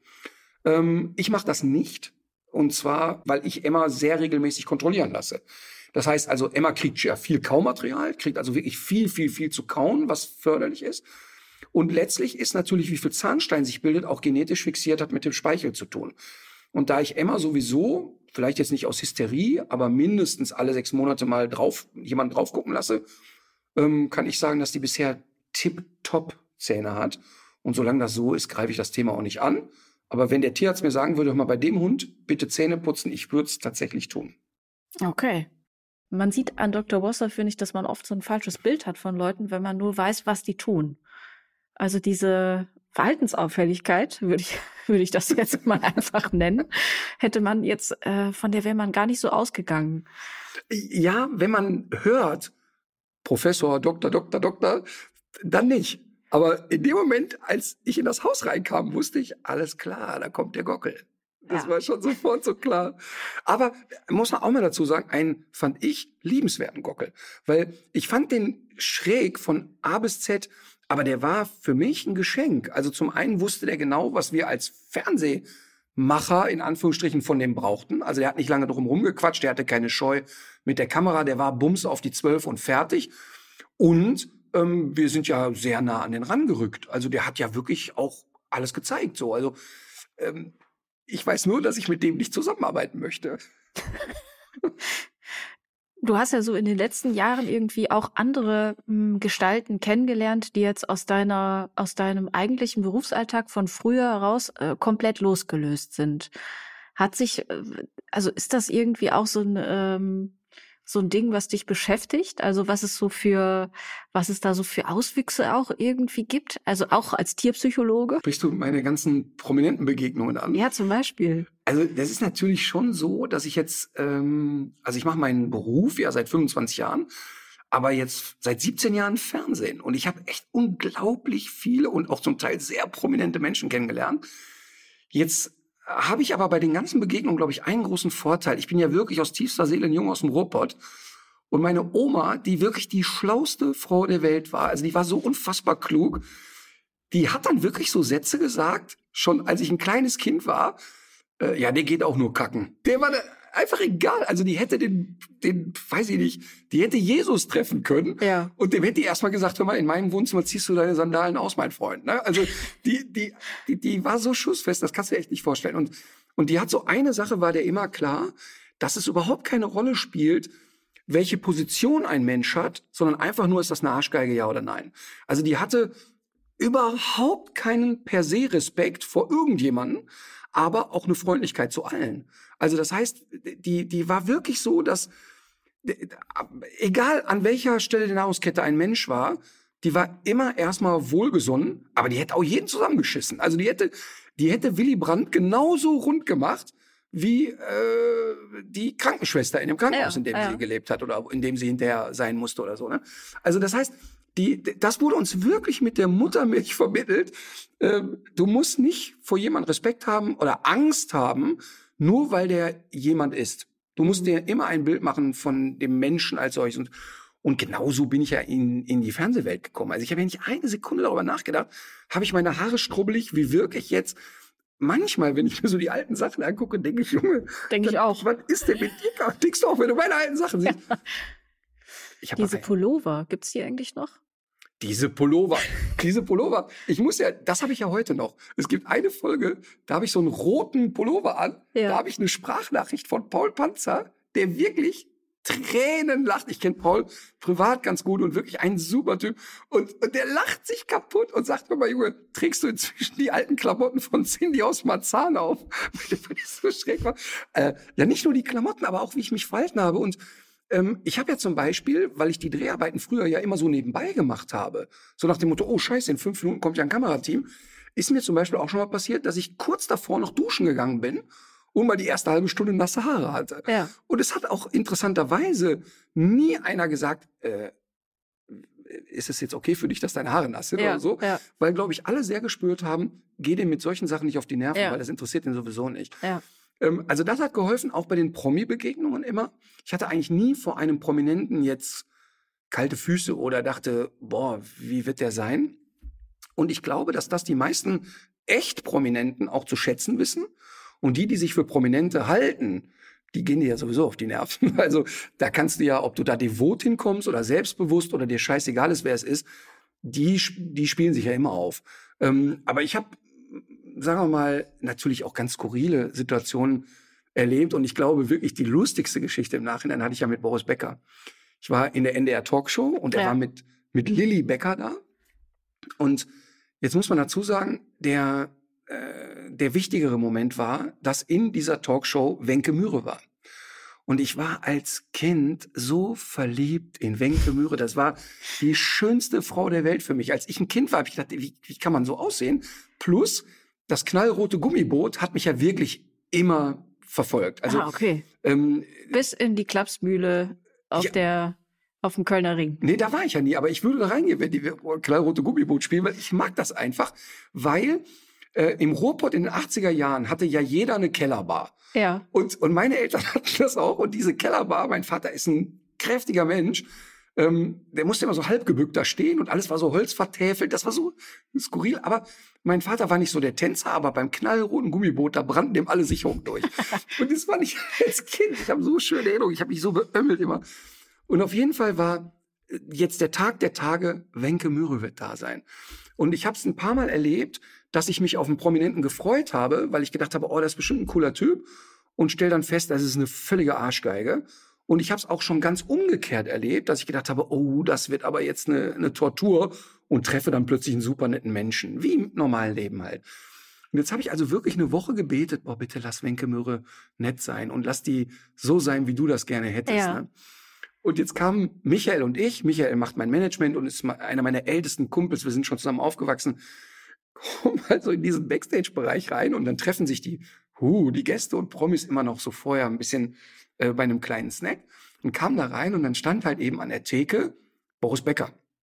Ähm, ich mache das nicht. Und zwar, weil ich Emma sehr regelmäßig kontrollieren lasse. Das heißt also, Emma kriegt ja viel Kaumaterial, kriegt also wirklich viel, viel, viel zu kauen, was förderlich ist. Und letztlich ist natürlich, wie viel Zahnstein sich bildet, auch genetisch fixiert hat mit dem Speichel zu tun. Und da ich Emma sowieso, vielleicht jetzt nicht aus Hysterie, aber mindestens alle sechs Monate mal drauf, jemanden drauf gucken lasse, ähm, kann ich sagen, dass die bisher tipptopp Zähne hat. Und solange das so ist, greife ich das Thema auch nicht an. Aber wenn der Tierarzt mir sagen würde, hör mal, bei dem Hund bitte Zähne putzen, ich würde es tatsächlich tun. Okay. Man sieht an Doktor Wasser, finde ich, dass man oft so ein falsches Bild hat von Leuten, wenn man nur weiß, was die tun. Also diese Verhaltensauffälligkeit, würde ich, würde ich das jetzt mal einfach nennen, hätte man jetzt, äh, von der wäre man gar nicht so ausgegangen. Ja, wenn man hört, Professor, Doktor, Doktor, Doktor, dann nicht. Aber in dem Moment, als ich in das Haus reinkam, wusste ich, alles klar, da kommt der Gockel. Das ja. war schon sofort so klar. Aber muss man auch mal dazu sagen, einen fand ich liebenswerten Gockel. Weil ich fand den schräg von A bis Z, aber der war für mich ein Geschenk. Also zum einen wusste der genau, was wir als Fernsehmacher in Anführungsstrichen von dem brauchten. Also der hat nicht lange drum rumgequatscht, der hatte keine Scheu mit der Kamera, der war bums auf die zwölf und fertig. Und ähm, wir sind ja sehr nah an den rangerückt. Also der hat ja wirklich auch alles gezeigt. So, also ähm, ich weiß nur, dass ich mit dem nicht zusammenarbeiten möchte. Du hast ja so in den letzten Jahren irgendwie auch andere m, Gestalten kennengelernt, die jetzt aus deiner, aus deinem eigentlichen Berufsalltag von früher heraus äh, komplett losgelöst sind. Hat sich, äh, also ist das irgendwie auch so ein, ähm, so ein Ding, was dich beschäftigt? Also was es so für, was es da so für Auswüchse auch irgendwie gibt? Also auch als Tierpsychologe? Sprichst du meine ganzen prominenten Begegnungen an? Ja, zum Beispiel. Also das ist natürlich schon so, dass ich jetzt, ähm, also ich mache meinen Beruf ja seit fünfundzwanzig Jahren, aber jetzt seit siebzehn Jahren Fernsehen. Und ich habe echt unglaublich viele und auch zum Teil sehr prominente Menschen kennengelernt. Jetzt habe ich aber bei den ganzen Begegnungen, glaube ich, einen großen Vorteil. Ich bin ja wirklich aus tiefster Seele ein Junge aus dem Ruhrpott. Und meine Oma, die wirklich die schlauste Frau der Welt war, also die war so unfassbar klug, die hat dann wirklich so Sätze gesagt, schon als ich ein kleines Kind war, äh, ja, der geht auch nur kacken. Der war, einfach egal. Also die hätte den, den, weiß ich nicht, die hätte Jesus treffen können. Ja. Und dem hätte die erstmal gesagt, hör mal, in meinem Wohnzimmer ziehst du deine Sandalen aus, mein Freund. Ne? Also die, die, die, die war so schussfest, das kannst du dir echt nicht vorstellen. Und, und die hat so eine Sache, war der immer klar, dass es überhaupt keine Rolle spielt, welche Position ein Mensch hat, sondern einfach nur, ist das eine Arschgeige, ja oder nein. Also die hatte überhaupt keinen per se Respekt vor irgendjemanden, aber auch eine Freundlichkeit zu allen. Also das heißt, die, die war wirklich so, dass egal an welcher Stelle der Nahrungskette ein Mensch war, die war immer erstmal wohlgesonnen, aber die hätte auch jeden zusammengeschissen. Also die hätte, die hätte Willy Brandt genauso rund gemacht, wie äh, die Krankenschwester in dem Krankenhaus, ja, in dem ja. sie gelebt hat oder in dem sie hinterher sein musste oder so. Ne? Also das heißt, die, das wurde uns wirklich mit der Muttermilch vermittelt. Ähm, du musst nicht vor jemandem Respekt haben oder Angst haben, nur weil der jemand ist. Du musst dir immer ein Bild machen von dem Menschen als solches. Und, und genauso bin ich ja in, in die Fernsehwelt gekommen. Also ich habe ja nicht eine Sekunde darüber nachgedacht, habe ich meine Haare strubbelig, wie wirke ich jetzt? Manchmal, wenn ich mir so die alten Sachen angucke, denke ich, Junge, denke ich auch. Was ist denn mit dir? Denkst du auch, wenn du meine alten Sachen siehst? Ja. Ich hab Diese mal, Pullover, gibt's die eigentlich noch? Diese Pullover, diese Pullover. Ich muss ja, das habe ich ja heute noch. Es gibt eine Folge, da habe ich so einen roten Pullover an. Ja. Da habe ich eine Sprachnachricht von Paul Panzer, der wirklich Tränen lacht. Ich kenne Paul privat ganz gut und wirklich ein super Typ. Und, und der lacht sich kaputt und sagt mir mal, Junge, trägst du inzwischen die alten Klamotten von Cindy aus Marzahn auf? Weil das so schräg war. Äh, ja, nicht nur die Klamotten, aber auch, wie ich mich verhalten habe. Und ähm, ich habe ja zum Beispiel, weil ich die Dreharbeiten früher ja immer so nebenbei gemacht habe, so nach dem Motto, oh scheiße, in fünf Minuten kommt ja ein Kamerateam, ist mir zum Beispiel auch schon mal passiert, dass ich kurz davor noch duschen gegangen bin und mal die erste halbe Stunde nasse Haare hatte. Ja. Und es hat auch interessanterweise nie einer gesagt, äh, ist es jetzt okay für dich, dass deine Haare nass sind Ja, oder so? ja. Weil, glaube ich, alle sehr gespürt haben, geh dir mit solchen Sachen nicht auf die Nerven, Ja. weil das interessiert ihn sowieso nicht. Ja. Ähm, also das hat geholfen, auch bei den Promi-Begegnungen immer. Ich hatte eigentlich nie vor einem Prominenten jetzt kalte Füße oder dachte, boah, wie wird der sein? Und ich glaube, dass das die meisten echt Prominenten auch zu schätzen wissen. Und die, die sich für Prominente halten, die gehen dir ja sowieso auf die Nerven. Also da kannst du ja, ob du da devot hinkommst oder selbstbewusst oder dir scheißegal ist, wer es ist, die, die spielen sich ja immer auf. Ähm, aber ich habe, sagen wir mal, natürlich auch ganz skurrile Situationen erlebt. Und ich glaube wirklich, die lustigste Geschichte im Nachhinein hatte ich ja mit Boris Becker. Ich war in der N D R Talkshow und er Ja. war mit, mit Lilly Becker da. Und jetzt muss man dazu sagen, der der wichtigere Moment war, dass in dieser Talkshow Wenke Mühre war. Und ich war als Kind so verliebt in Wenke Mühre. Das war die schönste Frau der Welt für mich. Als ich ein Kind war, habe ich gedacht, wie, wie kann man so aussehen? Plus, das knallrote Gummiboot hat mich ja wirklich immer verfolgt. Also, ah, okay. ähm, Bis in die Klapsmühle auf Ja. der auf dem Kölner Ring. Nee, da war ich ja nie, aber ich würde da reingehen, wenn die knallrote Gummiboot spielen, weil ich mag das einfach, weil äh, im Ruhrpott in den achtziger Jahren hatte ja jeder eine Kellerbar. Ja. Und, und meine Eltern hatten das auch. Und diese Kellerbar, mein Vater ist ein kräftiger Mensch, ähm, der musste immer so halbgebückt da stehen und alles war so holzvertäfelt. Das war so skurril. Aber mein Vater war nicht so der Tänzer, aber beim knallroten Gummiboot, da brannten dem alle Sicherungen durch. Und das war nicht als Kind. Ich habe so schöne Erinnerungen. Ich habe mich so beömmelt immer. Und auf jeden Fall war jetzt der Tag der Tage, Wenke Mühre wird da sein. Und ich habe es ein paar Mal erlebt, dass ich mich auf einen Prominenten gefreut habe, weil ich gedacht habe, oh, das ist bestimmt ein cooler Typ. Und stell dann fest, das ist eine völlige Arschgeige. Und ich habe es auch schon ganz umgekehrt erlebt, dass ich gedacht habe, oh, das wird aber jetzt eine, eine Tortur. Und treffe dann plötzlich einen super netten Menschen, wie im normalen Leben halt. Und jetzt habe ich also wirklich eine Woche gebetet, boah, bitte lass Wenke Mühre nett sein und lass die so sein, wie du das gerne hättest. Ja. Ne? Und jetzt kamen Michael und ich. Michael macht mein Management und ist einer meiner ältesten Kumpels. Wir sind schon zusammen aufgewachsen. Kommen also in diesen Backstage-Bereich rein und dann treffen sich die, huh, die Gäste und Promis immer noch so vorher ein bisschen äh, bei einem kleinen Snack und kamen da rein und dann stand halt eben an der Theke Boris Becker.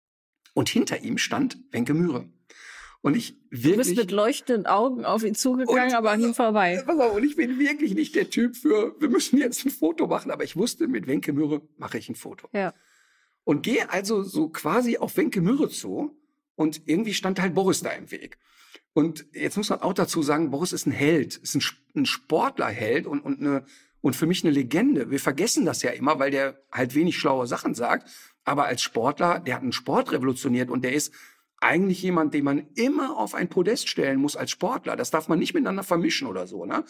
Und hinter ihm stand Wenke Mühre. Und ich wirklich... Du bist mit leuchtenden Augen auf ihn zugegangen, Und- aber an ihm vorbei. Pass auf, und ich bin wirklich nicht der Typ für, wir müssen jetzt ein Foto machen, aber ich wusste, mit Wenke Mühre mache ich ein Foto. Ja. Und gehe also so quasi auf Wenke Mühre zu und irgendwie stand halt Boris da im Weg. Und jetzt muss man auch dazu sagen, Boris ist ein Held, ist ein, ein Sportlerheld und, und, eine, und für mich eine Legende. Wir vergessen das ja immer, weil der halt wenig schlaue Sachen sagt. Aber als Sportler, der hat einen Sport revolutioniert und der ist eigentlich jemand, den man immer auf ein Podest stellen muss als Sportler. Das darf man nicht miteinander vermischen oder so, ne?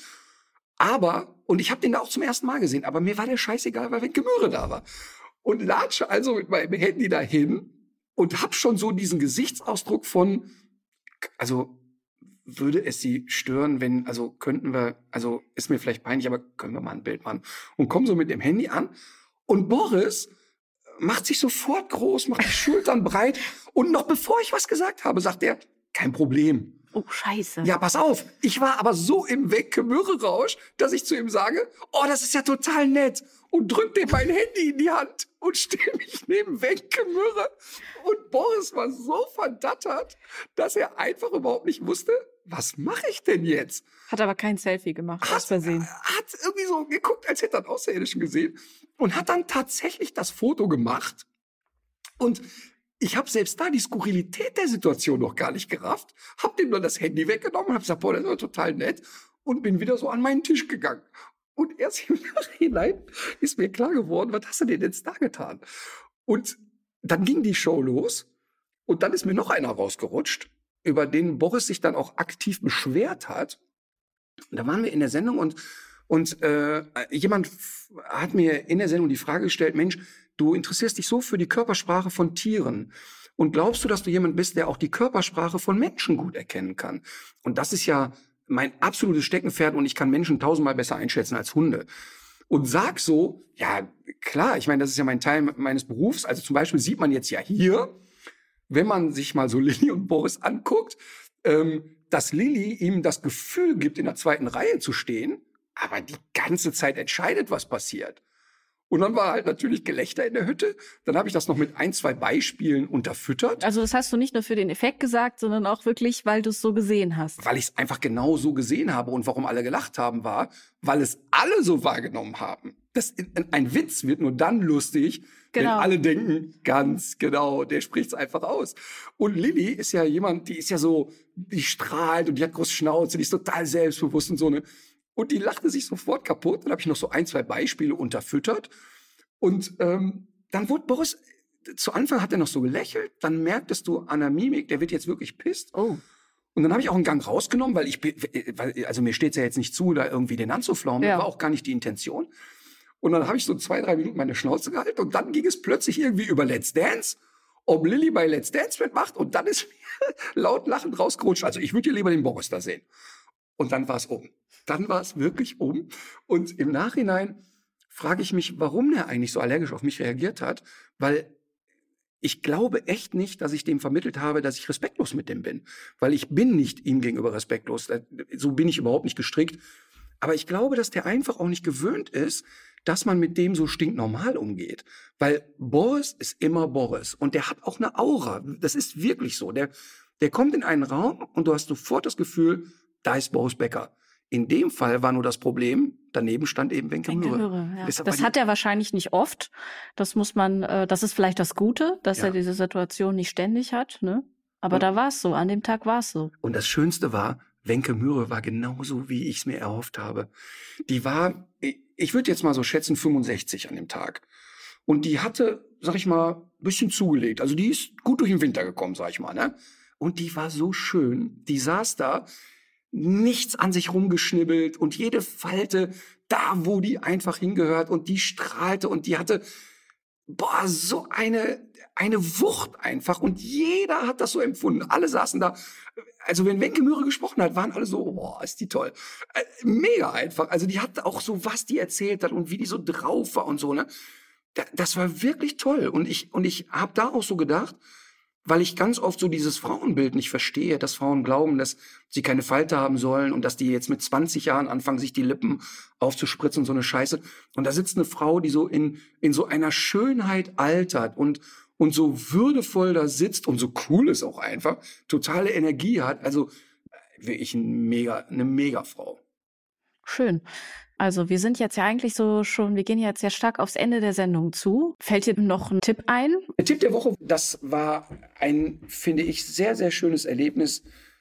Aber, und ich habe den da auch zum ersten Mal gesehen, aber mir war der scheißegal, weil Wenke Möhre da war. Und latsche also mit meinem Handy dahin und hab schon so diesen Gesichtsausdruck von, also würde es Sie stören, wenn, also könnten wir, also ist mir vielleicht peinlich, aber können wir mal ein Bild machen. Und komm so mit dem Handy an und Boris macht sich sofort groß, macht die Schultern breit und noch bevor ich was gesagt habe, sagt er, kein Problem. Oh, scheiße. Ja, pass auf. Ich war aber so im Wenke-Möhre-Rausch, dass ich zu ihm sage, oh, das ist ja total nett. Und drück dem mein Handy in die Hand und stehe mich neben Wenke Möhre. Und Boris war so verdattert, dass er einfach überhaupt nicht wusste, was mache ich denn jetzt? Hat aber kein Selfie gemacht, Hat, aus Versehen. hat irgendwie so geguckt, als hätte er einen Außerirdischen gesehen. Und hat dann tatsächlich das Foto gemacht. Und ich habe selbst da die Skurrilität der Situation noch gar nicht gerafft, hab dem dann das Handy weggenommen und hab gesagt, boah, das war total nett und bin wieder so an meinen Tisch gegangen. Und erst im Nachhinein ist mir klar geworden, was hast du denn jetzt da getan? Und dann ging die Show los und dann ist mir noch einer rausgerutscht, über den Boris sich dann auch aktiv beschwert hat. Und da waren wir in der Sendung und, und äh, jemand hat mir in der Sendung die Frage gestellt, Mensch, du interessierst dich so für die Körpersprache von Tieren. Und glaubst du, dass du jemand bist, der auch die Körpersprache von Menschen gut erkennen kann? Und das ist ja mein absolutes Steckenpferd und ich kann Menschen tausendmal besser einschätzen als Hunde. Und sag so, ja klar, ich meine, das ist ja mein Teil meines Berufs. Also zum Beispiel sieht man jetzt ja hier, wenn man sich mal so Lilly und Boris anguckt, ähm, dass Lilly ihm das Gefühl gibt, in der zweiten Reihe zu stehen, aber die ganze Zeit entscheidet, was passiert. Und dann war halt natürlich Gelächter in der Hütte. Dann habe ich das noch mit ein, zwei Beispielen unterfüttert. Also das hast du nicht nur für den Effekt gesagt, sondern auch wirklich, weil du es so gesehen hast. Weil ich es einfach genau so gesehen habe. Und warum alle gelacht haben, war, weil es alle so wahrgenommen haben. Das, ein Witz wird nur dann lustig, genau, wenn alle denken, ganz genau, der spricht es einfach aus. Und Lilly ist ja jemand, die ist ja so, die strahlt und die hat große Schnauze, die ist total selbstbewusst und so, ne? Und die lachte sich sofort kaputt. Dann habe ich noch so ein, zwei Beispiele unterfüttert. Und ähm, dann wurde Boris, zu Anfang hat er noch so gelächelt. Dann merktest du an der Mimik, der wird jetzt wirklich pisst. Oh. Und dann habe ich auch einen Gang rausgenommen, weil ich, weil, also mir steht es ja jetzt nicht zu, da irgendwie den anzuflaumen. Ja. War auch gar nicht die Intention. Und dann habe ich so zwei, drei Minuten meine Schnauze gehalten. Und dann ging es plötzlich irgendwie über Let's Dance, ob Lilly bei Let's Dance mitmacht. Und dann ist mir laut lachend rausgerutscht. Also ich würde ja lieber den Boris da sehen. Und dann war es um. Dann war es wirklich um. Und im Nachhinein frage ich mich, warum der eigentlich so allergisch auf mich reagiert hat. Weil ich glaube echt nicht, dass ich dem vermittelt habe, dass ich respektlos mit dem bin. Weil ich bin nicht ihm gegenüber respektlos. So bin ich überhaupt nicht gestrickt. Aber ich glaube, dass der einfach auch nicht gewöhnt ist, dass man mit dem so stinknormal umgeht. Weil Boris ist immer Boris. Und der hat auch eine Aura. Das ist wirklich so. Der, der kommt in einen Raum und du hast sofort das Gefühl, da ist Boris Becker. In dem Fall war nur das Problem, daneben stand eben Wenke Möhre. Ja. Das hat er wahrscheinlich nicht oft. Das muss man, äh, das ist vielleicht das Gute, dass ja. er diese Situation nicht ständig hat, ne? Aber und, da war es so, an dem Tag war es so. Und das Schönste war, Wenke Möhre war genauso, wie ich es mir erhofft habe. Die war, ich würde jetzt mal so schätzen, fünfundsechzig an dem Tag. Und die hatte, sag ich mal, ein bisschen zugelegt. Also die ist gut durch den Winter gekommen, sag ich mal, ne? Und die war so schön. Die saß da, nichts an sich rumgeschnibbelt und jede Falte da, wo die einfach hingehört und die strahlte und die hatte, boah, so eine, eine Wucht einfach und jeder hat das so empfunden. Alle saßen da, also wenn Wenke Möhre gesprochen hat, waren alle so, boah, ist die toll. Äh, mega einfach. Also die hat auch so, was die erzählt hat und wie die so drauf war und so, ne. Das war wirklich toll und ich, und ich habe da auch so gedacht, weil ich ganz oft so dieses Frauenbild nicht verstehe, dass Frauen glauben, dass sie keine Falte haben sollen und dass die jetzt mit zwanzig Jahren anfangen, sich die Lippen aufzuspritzen und so eine Scheiße. Und da sitzt eine Frau, die so in, in so einer Schönheit altert und, und so würdevoll da sitzt und so cool ist auch einfach, totale Energie hat. Also wirklich ein mega, eine Mega-Frau. Schön. Also wir sind jetzt ja eigentlich so schon, wir gehen jetzt ja stark aufs Ende der Sendung zu. Fällt dir noch ein Tipp ein? Der Tipp der Woche, das war ein, finde ich, sehr, sehr schönes Erlebnis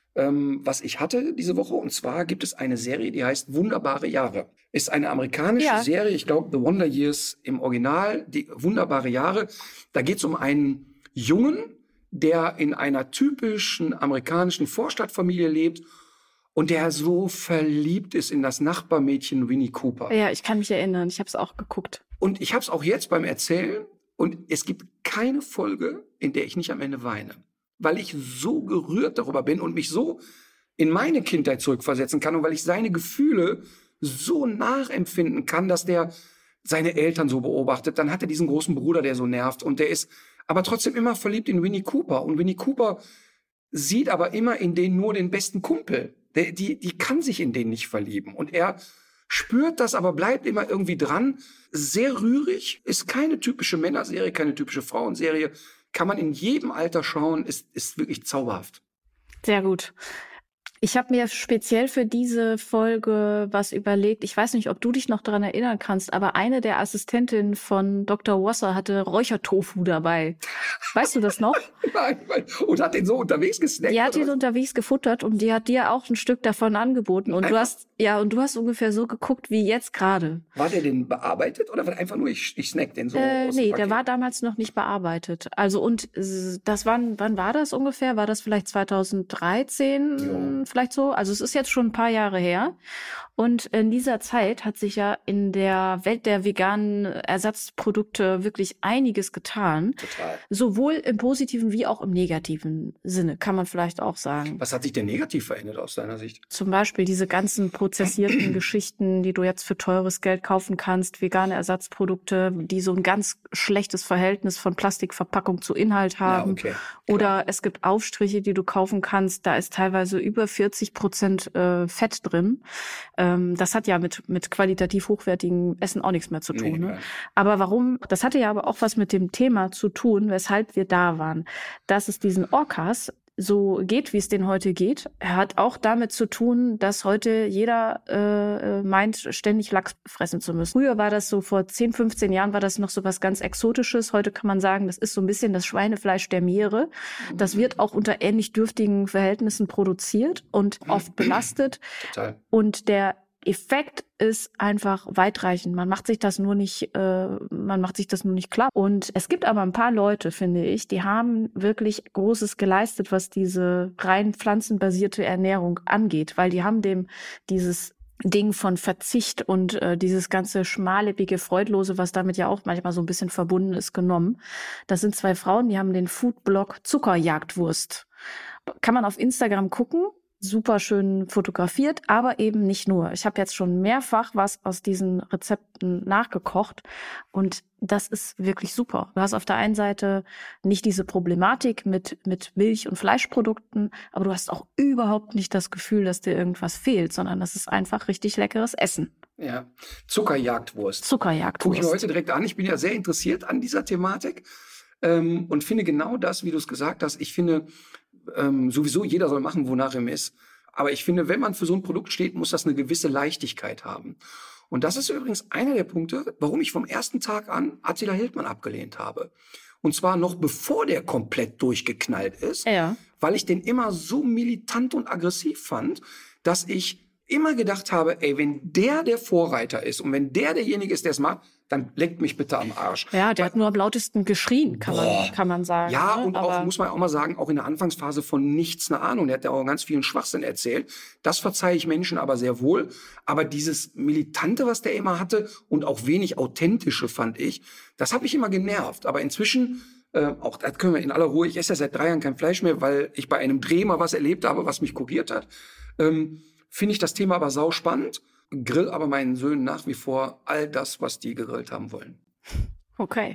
ähm, was ich hatte diese Woche. Und zwar gibt es eine Serie, die heißt Wunderbare Jahre. Ist eine amerikanische Ja. Serie, ich glaube The Wonder Years im Original, die Wunderbare Jahre. Da geht es um einen Jungen, der in einer typischen amerikanischen Vorstadtfamilie lebt und der so verliebt ist in das Nachbarmädchen Winnie Cooper. Ja, ich kann mich erinnern. Ich habe es auch geguckt. Und ich habe es auch jetzt beim Erzählen und es gibt keine Folge, in der ich nicht am Ende weine, weil ich so gerührt darüber bin und mich so in meine Kindheit zurückversetzen kann und weil ich seine Gefühle so nachempfinden kann, dass der seine Eltern so beobachtet. Dann hat er diesen großen Bruder, der so nervt und der ist aber trotzdem immer verliebt in Winnie Cooper. Und Winnie Cooper sieht aber immer in denen nur den besten Kumpel. Der, die, die kann sich in den nicht verlieben. Und er spürt das, aber bleibt immer irgendwie dran. Sehr rührig, ist keine typische Männerserie, keine typische Frauenserie. Kann man in jedem Alter schauen, ist, ist wirklich zauberhaft. Sehr gut. Ich habe mir speziell für diese Folge was überlegt. Ich weiß nicht, ob du dich noch daran erinnern kannst, aber eine der Assistentinnen von Doktor Wasser hatte Räuchertofu dabei. Weißt du das noch? Nein, nein. Und hat den so unterwegs gesnackt? Die hat oder ihn was? unterwegs gefuttert und die hat dir auch ein Stück davon angeboten. Und du Einfach? hast, ja, und du hast ungefähr so geguckt wie jetzt gerade. War der denn bearbeitet oder war der einfach nur, ich, ich snack den so? Äh, aus dem nee, der Paket? war damals noch nicht bearbeitet. Also und äh, das wann, wann war das ungefähr? War das vielleicht zweitausenddreizehn? Ja. Vielleicht so? Also es ist jetzt schon ein paar Jahre her. Und in dieser Zeit hat sich ja in der Welt der veganen Ersatzprodukte wirklich einiges getan. Total. Sowohl im positiven wie auch im negativen Sinne, kann man vielleicht auch sagen. Was hat sich denn negativ verändert aus deiner Sicht? Zum Beispiel diese ganzen prozessierten Geschichten, die du jetzt für teures Geld kaufen kannst, vegane Ersatzprodukte, die so ein ganz schlechtes Verhältnis von Plastikverpackung zu Inhalt haben. Ja, okay. Oder es gibt Aufstriche, die du kaufen kannst, da ist teilweise über vierzig Prozent äh, Fett drin. Ähm, das hat ja mit, mit qualitativ hochwertigem Essen auch nichts mehr zu tun. Nee, ne? nein. Aber warum? Das hatte ja aber auch was mit dem Thema zu tun, weshalb wir da waren. Dass es diesen Orcas so geht, wie es denen heute geht, hat auch damit zu tun, dass heute jeder äh, meint, ständig Lachs fressen zu müssen. Früher war das so, vor zehn, fünfzehn Jahren war das noch so was ganz Exotisches. Heute kann man sagen, das ist so ein bisschen das Schweinefleisch der Meere. Das wird auch unter ähnlich dürftigen Verhältnissen produziert und oft belastet. Total. Und der Effekt ist einfach weitreichend. Man macht sich das nur nicht, äh, man macht sich das nur nicht klar. Und es gibt aber ein paar Leute, finde ich, die haben wirklich Großes geleistet, was diese rein pflanzenbasierte Ernährung angeht, weil die haben dem dieses Ding von Verzicht und äh, dieses ganze schmallippige, freudlose, was damit ja auch manchmal so ein bisschen verbunden ist, genommen. Das sind zwei Frauen, die haben den Foodblog Zuckerjagdwurst. Kann man auf Instagram gucken. Super schön fotografiert, aber eben nicht nur. Ich habe jetzt schon mehrfach was aus diesen Rezepten nachgekocht und das ist wirklich super. Du hast auf der einen Seite nicht diese Problematik mit mit Milch- und Fleischprodukten, aber du hast auch überhaupt nicht das Gefühl, dass dir irgendwas fehlt, sondern das ist einfach richtig leckeres Essen. Ja. Zuckerjagdwurst. Zuckerjagdwurst. Gucke ich mir heute direkt an. Ich bin ja sehr interessiert an dieser Thematik ähm, und finde genau das, wie du es gesagt hast. Ich finde ähm, sowieso, jeder soll machen, wonach ihm ist. Aber ich finde, wenn man für so ein Produkt steht, muss das eine gewisse Leichtigkeit haben. Und das ist übrigens einer der Punkte, warum ich vom ersten Tag an Attila Hildmann abgelehnt habe. Und zwar noch bevor der komplett durchgeknallt ist, Ja. weil ich den immer so militant und aggressiv fand, dass ich immer gedacht habe, ey, wenn der der Vorreiter ist und wenn der derjenige ist, der es macht, dann leckt mich bitte am Arsch. Ja, der hat nur am lautesten geschrien, kann man, kann man sagen. Ja, ne? und Aber auch, muss man auch mal sagen, auch in der Anfangsphase von nichts eine Ahnung. Der hat ja auch ganz vielen Schwachsinn erzählt. Das verzeihe ich Menschen aber sehr wohl. Aber dieses Militante, was der immer hatte und auch wenig Authentische, fand ich, das hat mich immer genervt. Aber inzwischen, äh, auch das können wir in aller Ruhe, ich esse ja seit drei Jahren kein Fleisch mehr, weil ich bei einem Dreh mal was erlebt habe, was mich kuriert hat. Ähm, finde ich das Thema aber sau spannend. Grill aber meinen Söhnen nach wie vor all das, was die gegrillt haben wollen. okay.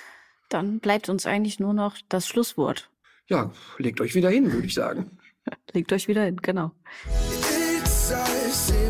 Dann bleibt uns eigentlich nur noch das Schlusswort. Ja, legt euch wieder hin, würde ich sagen. Legt euch wieder hin, genau. It's a sin.